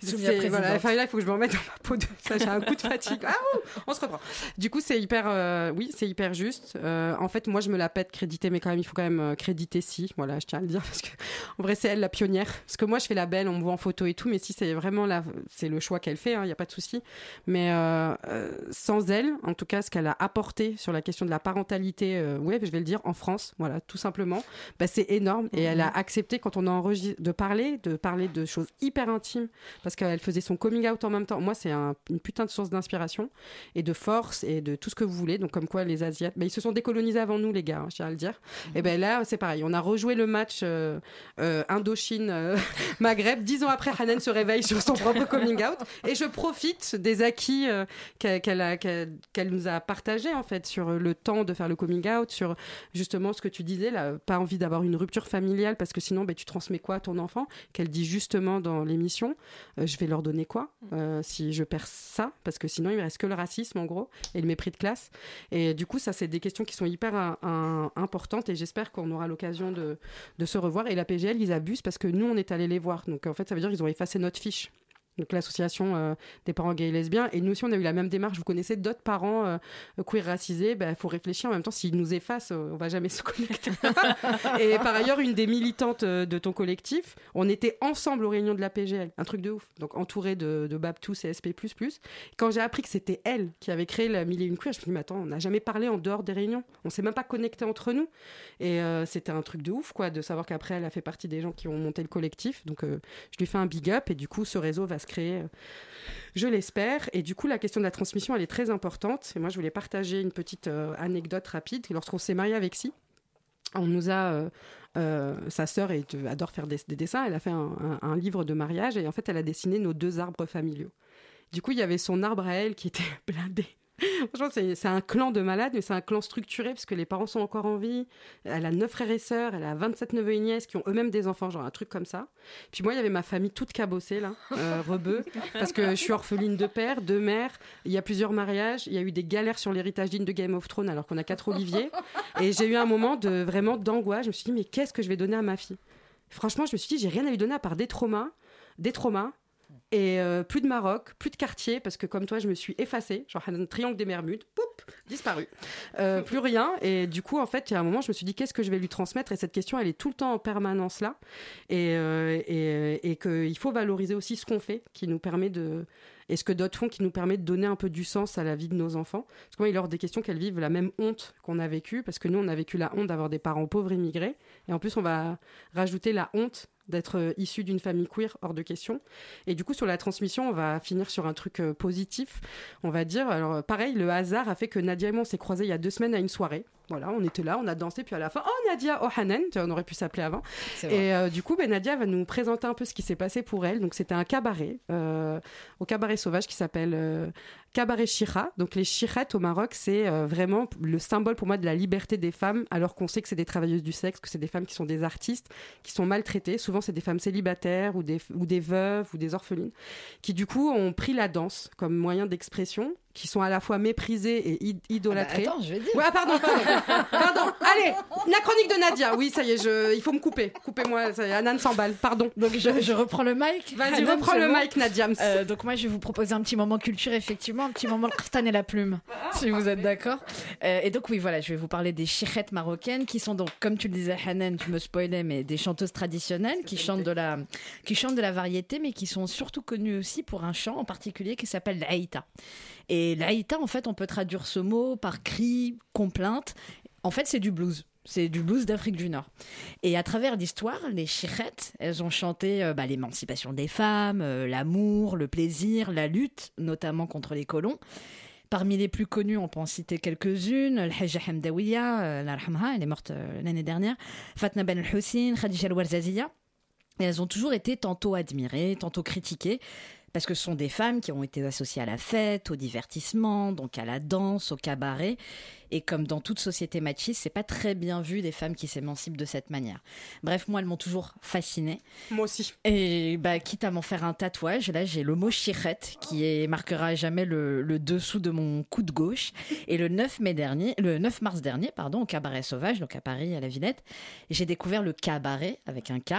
il faut que je me remette dans ma peau de ça, j'ai un coup de fatigue. On se reprend. Du coup, c'est hyper juste. En fait, moi, je me la pète créditer, mais quand même, il faut quand même créditer si. Voilà, je tiens à le dire parce que en vrai, c'est elle la pionnière. Parce que moi, je fais la belle, on me voit en photo et tout, mais si c'est vraiment c'est le choix qu'elle fait, il y a pas de souci. Mais sans elle, en tout cas, ce qu'elle a apporté sur la question de la parentalité, je vais le dire en France, voilà, tout simplement, c'est énorme et elle a accepté quand on enregistre de parler de choses hyper intimes, parce qu'elle faisait son coming out en même temps. Moi, c'est une putain de source d'inspiration et de force et de tout ce que vous voulez. Donc, comme quoi les Asiates, ils se sont décolonisés avant nous, les gars, je tiens à le dire. Et là, c'est pareil. On a rejoué le match Indochine Maghreb. 10 ans après, Hanan se réveille sur son propre coming out. Et je profite des acquis qu'elle nous a partagés, en fait, sur le temps de faire le coming out, sur justement ce que tu disais, là, pas envie d'avoir une rupture familiale, parce que sinon, tu transmets quoi à ton enfant, qu'elle dit justement dans l'émission, je vais leur donner quoi si je perds ça, parce que sinon il me reste que le racisme en gros et le mépris de classe. Et du coup ça, c'est des questions qui sont hyper importantes et j'espère qu'on aura l'occasion de se revoir. Et la PGL, ils abusent parce que nous on est allés les voir, donc en fait ça veut dire qu'ils ont effacé notre fiche, donc l'association des parents gays et lesbiens, et nous aussi on a eu la même démarche. Vous connaissez d'autres parents queer racisés, faut réfléchir en même temps, s'ils nous effacent, on va jamais se connecter. Et par ailleurs, une des militantes de ton collectif, on était ensemble aux réunions de la PGL, un truc de ouf, donc entourée de Babtous et SP++. Quand j'ai appris que c'était elle qui avait créé la Mille et Une Queer, je me suis dit, mais attends, on n'a jamais parlé en dehors des réunions, on s'est même pas connecté entre nous, et c'était un truc de ouf, quoi, de savoir qu'après elle a fait partie des gens qui ont monté le collectif. Donc je lui fais un big up, et du coup ce réseau va se créer, je l'espère. Et du coup, la question de la transmission, elle est très importante. Et moi, je voulais partager une petite anecdote rapide. Lorsqu'on s'est marié avec Si, on nous a... sa sœur adore faire des dessins. Elle a fait un livre de mariage et en fait, elle a dessiné nos 2 arbres familiaux. Du coup, il y avait son arbre à elle qui était blindé. Franchement, c'est un clan de malades, mais c'est un clan structuré parce que les parents sont encore en vie. Elle a 9 frères et sœurs, elle a 27 neveux et nièces qui ont eux-mêmes des enfants, genre un truc comme ça. Puis moi, il y avait ma famille toute cabossée, là, rebeu, parce que je suis orpheline de père, de mère. Il y a plusieurs mariages, il y a eu des galères sur l'héritage digne de Game of Thrones alors qu'on a 4 Olivier. Et j'ai eu un moment d'angoisse. Je me suis dit, mais qu'est-ce que je vais donner à ma fille ? Franchement, je me suis dit, j'ai rien à lui donner à part des traumas. Et plus de Maroc, plus de quartier, parce que comme toi, je me suis effacée, genre un triangle des Bermudes, poup, disparu. Plus rien. Et du coup, en fait, il y a un moment, je me suis dit, qu'est-ce que je vais lui transmettre ? Et cette question, elle est tout le temps en permanence là. Et qu'il faut valoriser aussi ce qu'on fait, qui nous permet de... Et ce que d'autres font qui nous permet de donner un peu du sens à la vie de nos enfants. Parce que moi, il est hors des questions qu'elles vivent la même honte qu'on a vécue, parce que nous, on a vécu la honte d'avoir des parents pauvres immigrés. Et en plus, on va rajouter la honte d'être issu d'une famille queer, hors de question. Et du coup, sur la transmission, on va finir sur un truc positif, on va dire. Alors, pareil, le hasard a fait que Nadia et moi, on s'est croisés il y a 2 semaines à une soirée. Voilà, on était là, on a dansé, puis à la fin, oh Nadia, oh Hanan, on aurait pu s'appeler avant. Et du coup, Nadia va nous présenter un peu ce qui s'est passé pour elle. Donc, c'était un cabaret, au cabaret sauvage qui s'appelle Cabaret Chira. Donc, les chirettes au Maroc, c'est vraiment le symbole pour moi de la liberté des femmes, alors qu'on sait que c'est des travailleuses du sexe, que c'est des femmes qui sont des artistes, qui sont maltraitées. Souvent, c'est des femmes célibataires ou des veuves ou des orphelines, qui du coup ont pris la danse comme moyen d'expression, qui sont à la fois méprisées et idolâtrées. Attends, je vais dire. Ouais, pardon. Allez, la chronique de Nadia. Oui, ça y est, il faut me couper. Coupez-moi, ça y est, Hanan s'emballe, pardon. Donc je reprends le mic. Vas-y, reprends le mic, Nadia. Donc moi, je vais vous proposer un petit moment culture, effectivement, un petit moment le kaftan et la plume, si vous êtes d'accord. Et donc oui, voilà, je vais vous parler des chirettes marocaines, qui sont donc, comme tu le disais, Hanan, tu me spoilais, mais des chanteuses traditionnelles qui chantent de la variété, mais qui sont surtout connues aussi pour un chant en particulier qui s'appelle l'Aïta. Et l'Aïta, en fait, on peut traduire ce mot par cri, complainte. En fait, c'est du blues. C'est du blues d'Afrique du Nord. Et à travers l'histoire, les chirettes, elles ont chanté l'émancipation des femmes, l'amour, le plaisir, la lutte, notamment contre les colons. Parmi les plus connues, on peut en citer quelques-unes. Al-Hajja Hamdawiya, la Rahmaha, elle est morte l'année dernière. Fatna Ben Al-Hussein, Khadija Al-Warzaziya. Et elles ont toujours été tantôt admirées, tantôt critiquées, parce que ce sont des femmes qui ont été associées à la fête, au divertissement, donc à la danse, au cabaret. Et comme dans toute société machiste, c'est pas très bien vu des femmes qui s'émancipent de cette manière. Bref, moi, elles m'ont toujours fascinée. Moi aussi. Et quitte à m'en faire un tatouage, là, j'ai le mot chirette qui marquera à jamais le dessous de mon coude gauche. Et le 9 mars dernier, au Cabaret Sauvage, donc à Paris, à la Villette, j'ai découvert le cabaret, avec un K,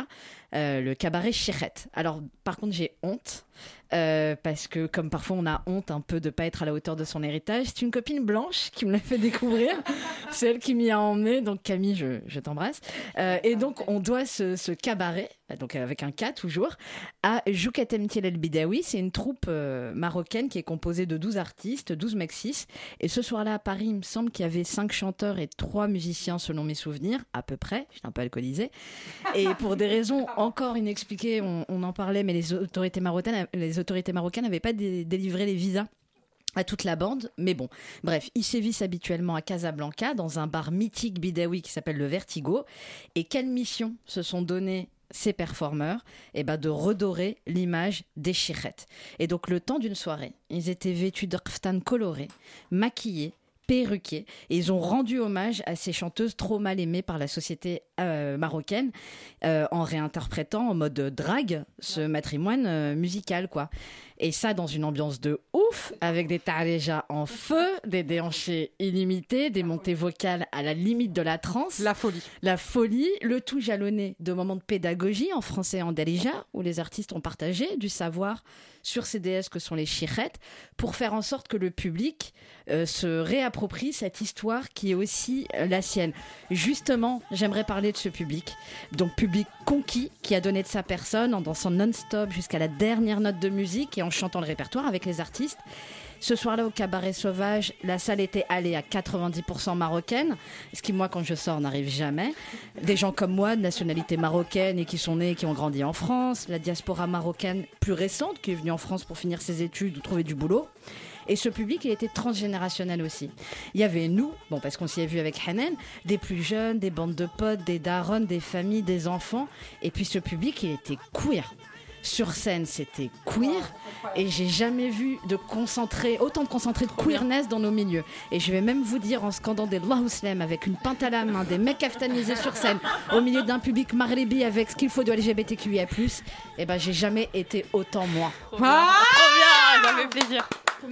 le cabaret chirette. Alors, par contre, j'ai honte. Parce que comme parfois on a honte un peu de pas être à la hauteur de son héritage, c'est une copine blanche qui me l'a fait découvrir, c'est elle qui m'y a emmené, donc Camille, je t'embrasse, et donc on doit ce cabaret, donc avec un K toujours, à Joukatem Tiel El Bidawi. C'est une troupe marocaine qui est composée de 12 artistes, 12 maxis, et ce soir-là à Paris, il me semble qu'il y avait 5 chanteurs et 3 musiciens selon mes souvenirs, à peu près, j'étais un peu alcoolisée, et pour des raisons encore inexpliquées, on en parlait, mais les autorités marocaines n'avaient pas délivré les visas à toute la bande, mais bon, bref, ils sévissent habituellement à Casablanca dans un bar mythique bidawi qui s'appelle le Vertigo. Et quelle mission se sont données ces performeurs? De redorer l'image des chirettes. Et donc le temps d'une soirée, ils étaient vêtus de kaftan coloré, maquillés, perruqués, et ils ont rendu hommage à ces chanteuses trop mal aimées par la société marocaine, en réinterprétant en mode drague ce matrimoine musical, quoi. Et ça dans une ambiance de ouf, avec des tarejas en feu, des déhanchés illimités, des montées vocales à la limite de la transe. La folie, le tout jalonné de moments de pédagogie en français et en darija, où les artistes ont partagé du savoir sur ces déesses que sont les chirettes, pour faire en sorte que le public se réapproprie cette histoire qui est aussi la sienne. Justement, j'aimerais parler de ce public. Donc public conquis, qui a donné de sa personne en dansant non-stop jusqu'à la dernière note de musique et en chantant le répertoire avec les artistes. Ce soir-là, au Cabaret Sauvage, la salle était allée à 90% marocaine, ce qui, moi, quand je sors, n'arrive jamais. Des gens comme moi, de nationalité marocaine et qui sont nés, qui ont grandi en France. La diaspora marocaine plus récente, qui est venue en France pour finir ses études ou trouver du boulot. Et ce public, il était transgénérationnel aussi. Il y avait nous, parce qu'on s'y est vu avec Hanan, des plus jeunes, des bandes de potes, des darons, des familles, des enfants. Et puis ce public, il était queer. Sur scène, c'était queer, et j'ai jamais vu autant de concentré de queerness dans nos milieux. Et je vais même vous dire, en scandant des Allahu Slam avec une pinte à la main, des mecs kaftanisés sur scène, au milieu d'un public maghrébi avec ce qu'il faut de LGBTQIA+, j'ai jamais été autant moi. Trop bien, ça fait plaisir.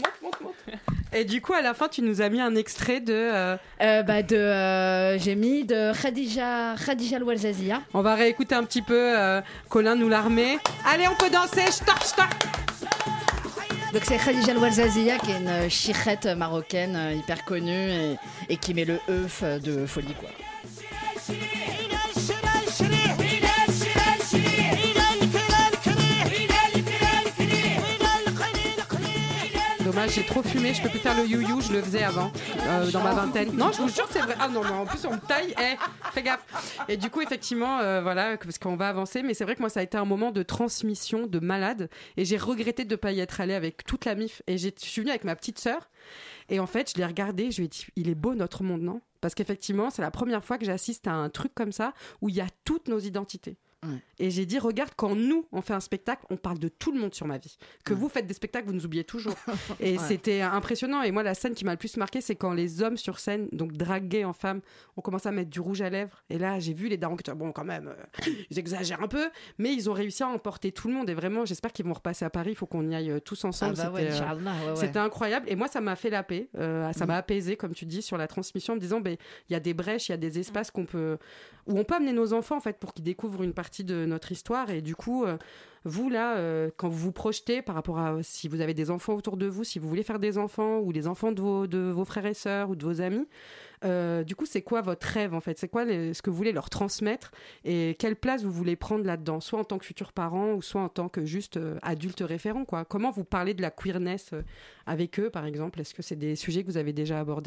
Et du coup, à la fin, tu nous as mis un extrait de... j'ai mis de Khadija Al-Warzaziya. On va réécouter un petit peu. Colin nous l'a remet. Allez, on peut danser. Donc c'est Khadija Louarzazia qui est une chirette marocaine hyper connue et qui met le œuf de folie, quoi. Dommage, j'ai trop fumé, je peux plus faire le you-you, je le faisais avant, dans ma vingtaine. Non, je vous jure, c'est vrai. Ah non, mais en plus, on me taille, fais gaffe. Et du coup, effectivement, voilà, parce qu'on va avancer, mais c'est vrai que moi, ça a été un moment de transmission de malade, et j'ai regretté de ne pas y être allée avec toute la MIF. Et je suis venue avec ma petite sœur, et en fait, je l'ai regardé, je lui ai dit, il est beau notre monde, non ? Parce qu'effectivement, c'est la première fois que j'assiste à un truc comme ça, où il y a toutes nos identités. Et j'ai dit, regarde, quand nous on fait un spectacle, on parle de tout le monde sur ma vie. Que vous faites des spectacles, vous nous oubliez toujours. Et c'était impressionnant. Et moi, la scène qui m'a le plus marqué, c'est quand les hommes sur scène, donc dragués en femmes, ont commencé à mettre du rouge à lèvres. Et là, j'ai vu les darons qui étaient, bon, quand même, ils exagèrent un peu, mais ils ont réussi à emporter tout le monde. Et vraiment, j'espère qu'ils vont repasser à Paris. Il faut qu'on y aille tous ensemble. C'était incroyable. Et moi, ça m'a fait la paix. Ça m'a apaisé, comme tu dis, sur la transmission, en me disant, il y a des brèches, il y a des espaces où on peut amener nos enfants, en fait, pour qu'ils découvrent une partie de notre histoire. Et du coup, vous là, quand vous vous projetez par rapport à si vous avez des enfants autour de vous, si vous voulez faire des enfants ou les enfants de vos frères et sœurs ou de vos amis, du coup, c'est quoi votre rêve en fait ? C'est quoi ce que vous voulez leur transmettre et quelle place vous voulez prendre là-dedans, soit en tant que futurs parents ou soit en tant que juste adulte référent, quoi. Comment vous parlez de la queerness avec eux, par exemple ? Est-ce que c'est des sujets que vous avez déjà abordés ?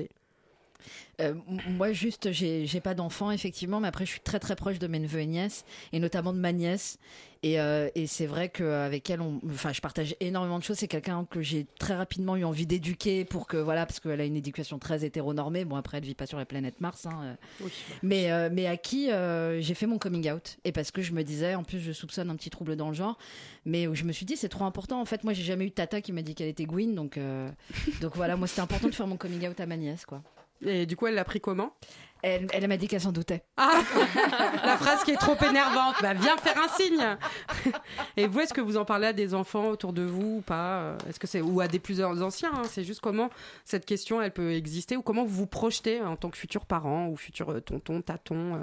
Moi juste j'ai pas d'enfants effectivement, mais après je suis très très proche de mes neveux et nièces et notamment de ma nièce et c'est vrai qu'avec elle je partage énormément de choses. C'est quelqu'un que j'ai très rapidement eu envie d'éduquer pour que voilà, parce qu'elle a une éducation très hétéronormée. Bon après elle vit pas sur la planète Mars oui. mais à qui j'ai fait mon coming out, et parce que je me disais, en plus je soupçonne un petit trouble dans le genre, mais où je me suis dit c'est trop important en fait. Moi j'ai jamais eu de tata qui m'a dit qu'elle était Gwyn, donc voilà, moi c'était important de faire mon coming out à ma nièce, quoi. Et du coup, elle l'a pris comment ? Elle m'a dit qu'elle s'en doutait. Ah, la phrase qui est trop énervante. Viens faire un signe. Et vous, est-ce que vous en parlez à des enfants autour de vous ou pas ? Est-ce que c'est ou à des plus anciens, hein ? C'est juste comment cette question, elle peut exister, ou comment vous vous projetez en tant que futurs parents ou futurs tonton, taton,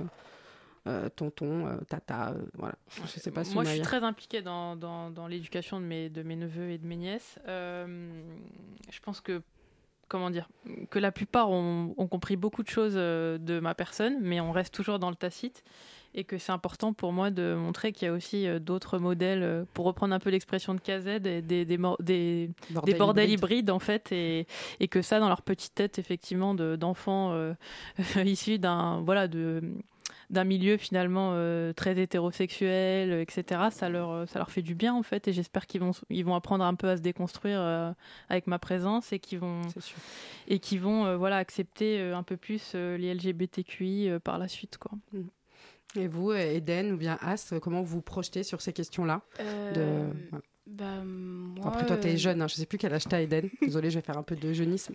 tata, voilà. Je sais pas. Moi, je suis très impliquée dans l'éducation de mes neveux et de mes nièces. Je pense que la plupart ont compris beaucoup de choses de ma personne, mais on reste toujours dans le tacite, et que c'est important pour moi de montrer qu'il y a aussi d'autres modèles, pour reprendre un peu l'expression de KZ, des bordels hybrides en fait, et que ça, dans leur petite tête effectivement d'enfants issus d'un milieu finalement très hétérosexuel, etc. Ça leur fait du bien en fait, et j'espère qu'ils vont apprendre un peu à se déconstruire avec ma présence, et qu'ils vont accepter un peu plus les LGBTQI par la suite, quoi. Et vous, Eden ou bien As, comment vous vous projetez sur ces questions-là moi, après, toi, t'es jeune, hein. Je sais plus quel âge t'as, Eden. Désolée, je vais faire un peu de jeunisme.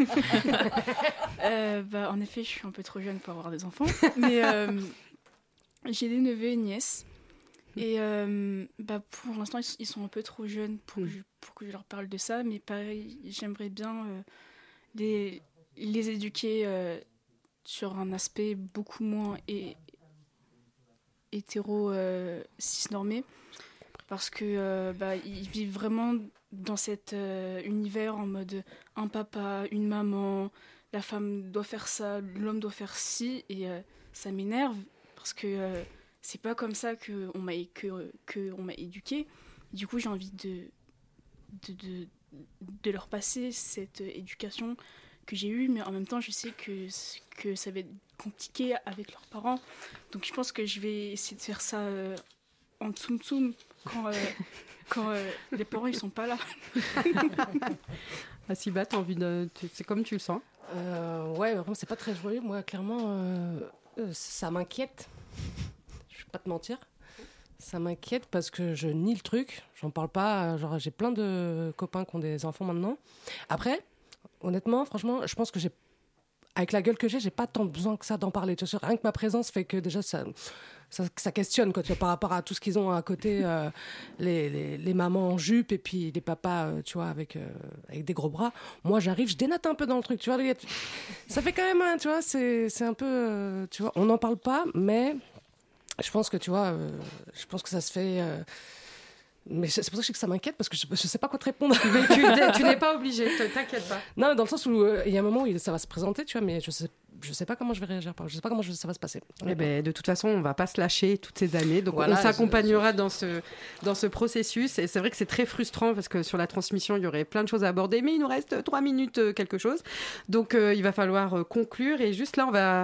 En effet, je suis un peu trop jeune pour avoir des enfants, mais j'ai des neveux et nièces. Et pour l'instant, ils sont un peu trop jeunes pour que je leur parle de ça, mais pareil, j'aimerais bien les éduquer sur un aspect beaucoup moins hétéro-cisnormé. Parce que ils vivent vraiment dans cet univers en mode un papa, une maman, la femme doit faire ça, l'homme doit faire ci, et ça m'énerve parce que c'est pas comme ça qu'on m'a éduqué. Du coup, j'ai envie de leur passer cette éducation que j'ai eue, mais en même temps, je sais que ça va être compliqué avec leurs parents. Donc, je pense que je vais essayer de faire ça en tsum-tsum. Quand les parents ils sont pas là. Asiba, t'as envie c'est comme tu le sens. Ouais, vraiment c'est pas très joyeux. Moi clairement ça m'inquiète. Je vais pas te mentir. Ça m'inquiète parce que je nie le truc. J'en parle pas. Genre j'ai plein de copains qui ont des enfants maintenant. Après, honnêtement, franchement, je pense que avec la gueule que j'ai pas tant besoin que ça d'en parler. Tu vois, rien que ma présence fait que déjà ça questionne, quoi, tu vois, par rapport à tout ce qu'ils ont à côté, les mamans en jupe et puis les papas, tu vois, avec des gros bras. Moi, j'arrive, je dénote un peu dans le truc, tu vois. Ça fait quand même, tu vois, c'est un peu, tu vois, on n'en parle pas, mais je pense que, tu vois, je pense que ça se fait Mais c'est pour ça que je sais que ça m'inquiète, parce que je sais pas quoi te répondre. Mais tu n'es pas obligé, t'inquiète pas. Non, dans le sens où il y a un moment où ça va se présenter, tu vois, mais je sais pas comment je vais réagir, je sais pas comment ça va se passer. Eh ben, de toute façon, on va pas se lâcher toutes ces années, donc voilà, on s'accompagnera dans ce processus. Et c'est vrai que c'est très frustrant, parce que sur la transmission, il y aurait plein de choses à aborder, mais il nous reste 3 minutes quelque chose. Donc il va falloir conclure. Et juste là,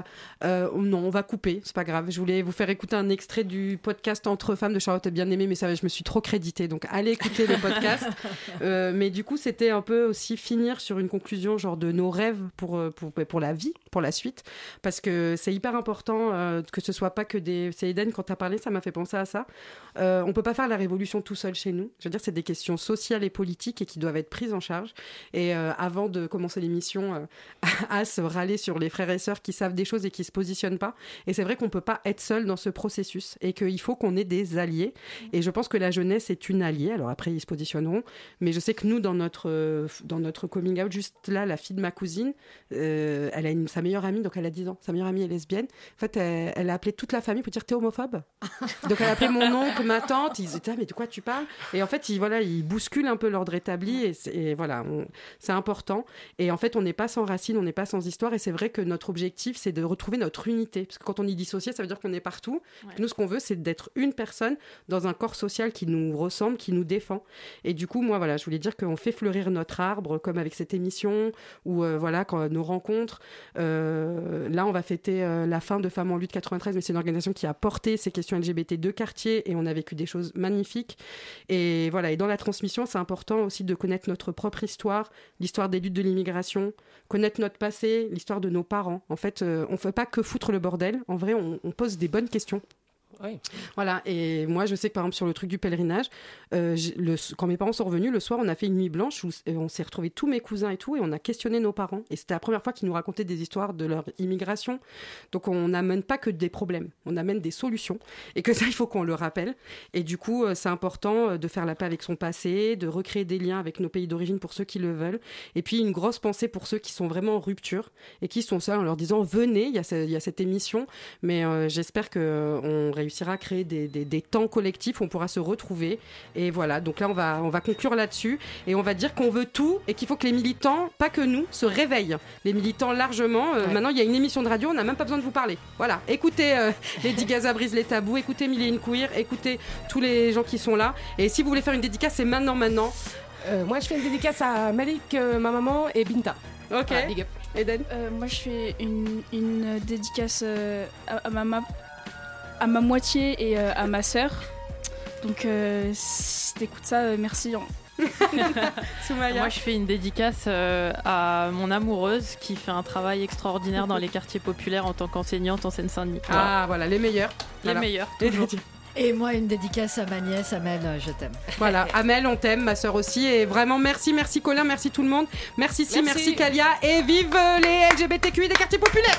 on va couper, c'est pas grave. Je voulais vous faire écouter un extrait du podcast Entre femmes de Charlotte Bien-Aimée, mais ça, je me suis trop créditée. Donc allez écouter le podcast. Mais du coup, c'était un peu aussi finir sur une conclusion genre de nos rêves pour la vie, pour la suite, parce que c'est hyper important que ce soit pas que des... C'est Eden, quand t'as parlé, ça m'a fait penser à ça. On peut pas faire la révolution tout seul chez nous. Je veux dire, c'est des questions sociales et politiques et qui doivent être prises en charge. Et avant de commencer l'émission, à se râler sur les frères et sœurs qui savent des choses et qui se positionnent pas. Et c'est vrai qu'on peut pas être seul dans ce processus et qu'il faut qu'on ait des alliés. Et je pense que la jeunesse est une alliée. Alors après, ils se positionneront. Mais je sais que nous, dans notre coming out, juste là, la fille de ma cousine, elle a sa meilleure amie, donc elle a 10 ans. Sa meilleure amie est lesbienne. En fait, elle a appelé toute la famille pour dire t'es homophobe. Donc elle a appelé mon oncle, ma tante. Ils disaient mais de quoi tu parles? Et en fait, ils bousculent un peu l'ordre établi. Et voilà, c'est important. Et en fait, on n'est pas sans racines, on n'est pas sans histoire. Et c'est vrai que notre objectif, c'est de retrouver notre unité. Parce que quand on dit dissocié, ça veut dire qu'on est partout. Ouais. Nous, ce qu'on veut, c'est d'être une personne dans un corps social qui nous ressemble, qui nous défend. Et du coup, moi, voilà, je voulais dire qu'on fait fleurir notre arbre, comme avec cette émission, ou voilà, quand nos rencontres. Là, on va fêter la fin de Femmes en lutte 93, mais c'est une organisation qui a porté ces questions LGBT de quartier, et on a vécu des choses magnifiques. Et voilà, et dans la transmission, c'est important aussi de connaître notre propre histoire, l'histoire des luttes de l'immigration, connaître notre passé, l'histoire de nos parents. En fait, on ne fait pas que foutre le bordel. En vrai, on pose des bonnes questions. Oui. Voilà, et moi je sais que par exemple sur le truc du pèlerinage, quand mes parents sont revenus le soir, on a fait une nuit blanche où on s'est retrouvés tous mes cousins et tout, et on a questionné nos parents, et c'était la première fois qu'ils nous racontaient des histoires de leur immigration. Donc on n'amène pas que des problèmes, on amène des solutions, et que ça il faut qu'on le rappelle. Et du coup c'est important de faire la paix avec son passé, de recréer des liens avec nos pays d'origine pour ceux qui le veulent, et puis une grosse pensée pour ceux qui sont vraiment en rupture et qui sont seuls, en leur disant venez, il y a cette émission, mais j'espère qu'on réussira à créer des temps collectifs où on pourra se retrouver. Et voilà, donc là on va conclure là-dessus, et on va dire qu'on veut tout, et qu'il faut que les militants, pas que nous, se réveillent. Les militants largement. Maintenant il y a une émission de radio, on n'a même pas besoin de vous parler. Voilà, écoutez Lady Gaza brise les tabous, écoutez Millie Queer, écoutez tous les gens qui sont là. Et si vous voulez faire une dédicace, c'est maintenant. Moi je fais une dédicace à Malik, ma maman, et Binta. Ok. Voilà, big up. Eden. Moi je fais une dédicace à ma moitié et à ma sœur. Donc si t'écoutes ça, merci. Moi je fais une dédicace à mon amoureuse qui fait un travail extraordinaire dans les quartiers populaires en tant qu'enseignante en Seine-Saint-Denis. Voilà, les meilleurs. Les meilleurs, toujours. Et moi, une dédicace à ma nièce, Amel, je t'aime. Voilà, Amel, on t'aime, ma sœur aussi. Et vraiment, merci Colin, merci tout le monde. Merci Kalia. Et vive les LGBTQI des quartiers populaires.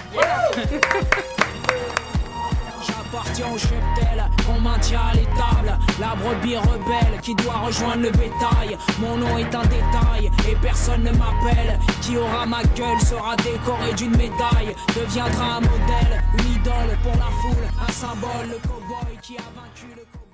J'appartiens au cheptel qu'on maintient à l'étable. La brebis rebelle qui doit rejoindre le bétail. Mon nom est un détail et personne ne m'appelle. Qui aura ma gueule sera décoré d'une médaille. Deviendra un modèle, une idole pour la foule. Un symbole, le cow-boy qui a vaincu le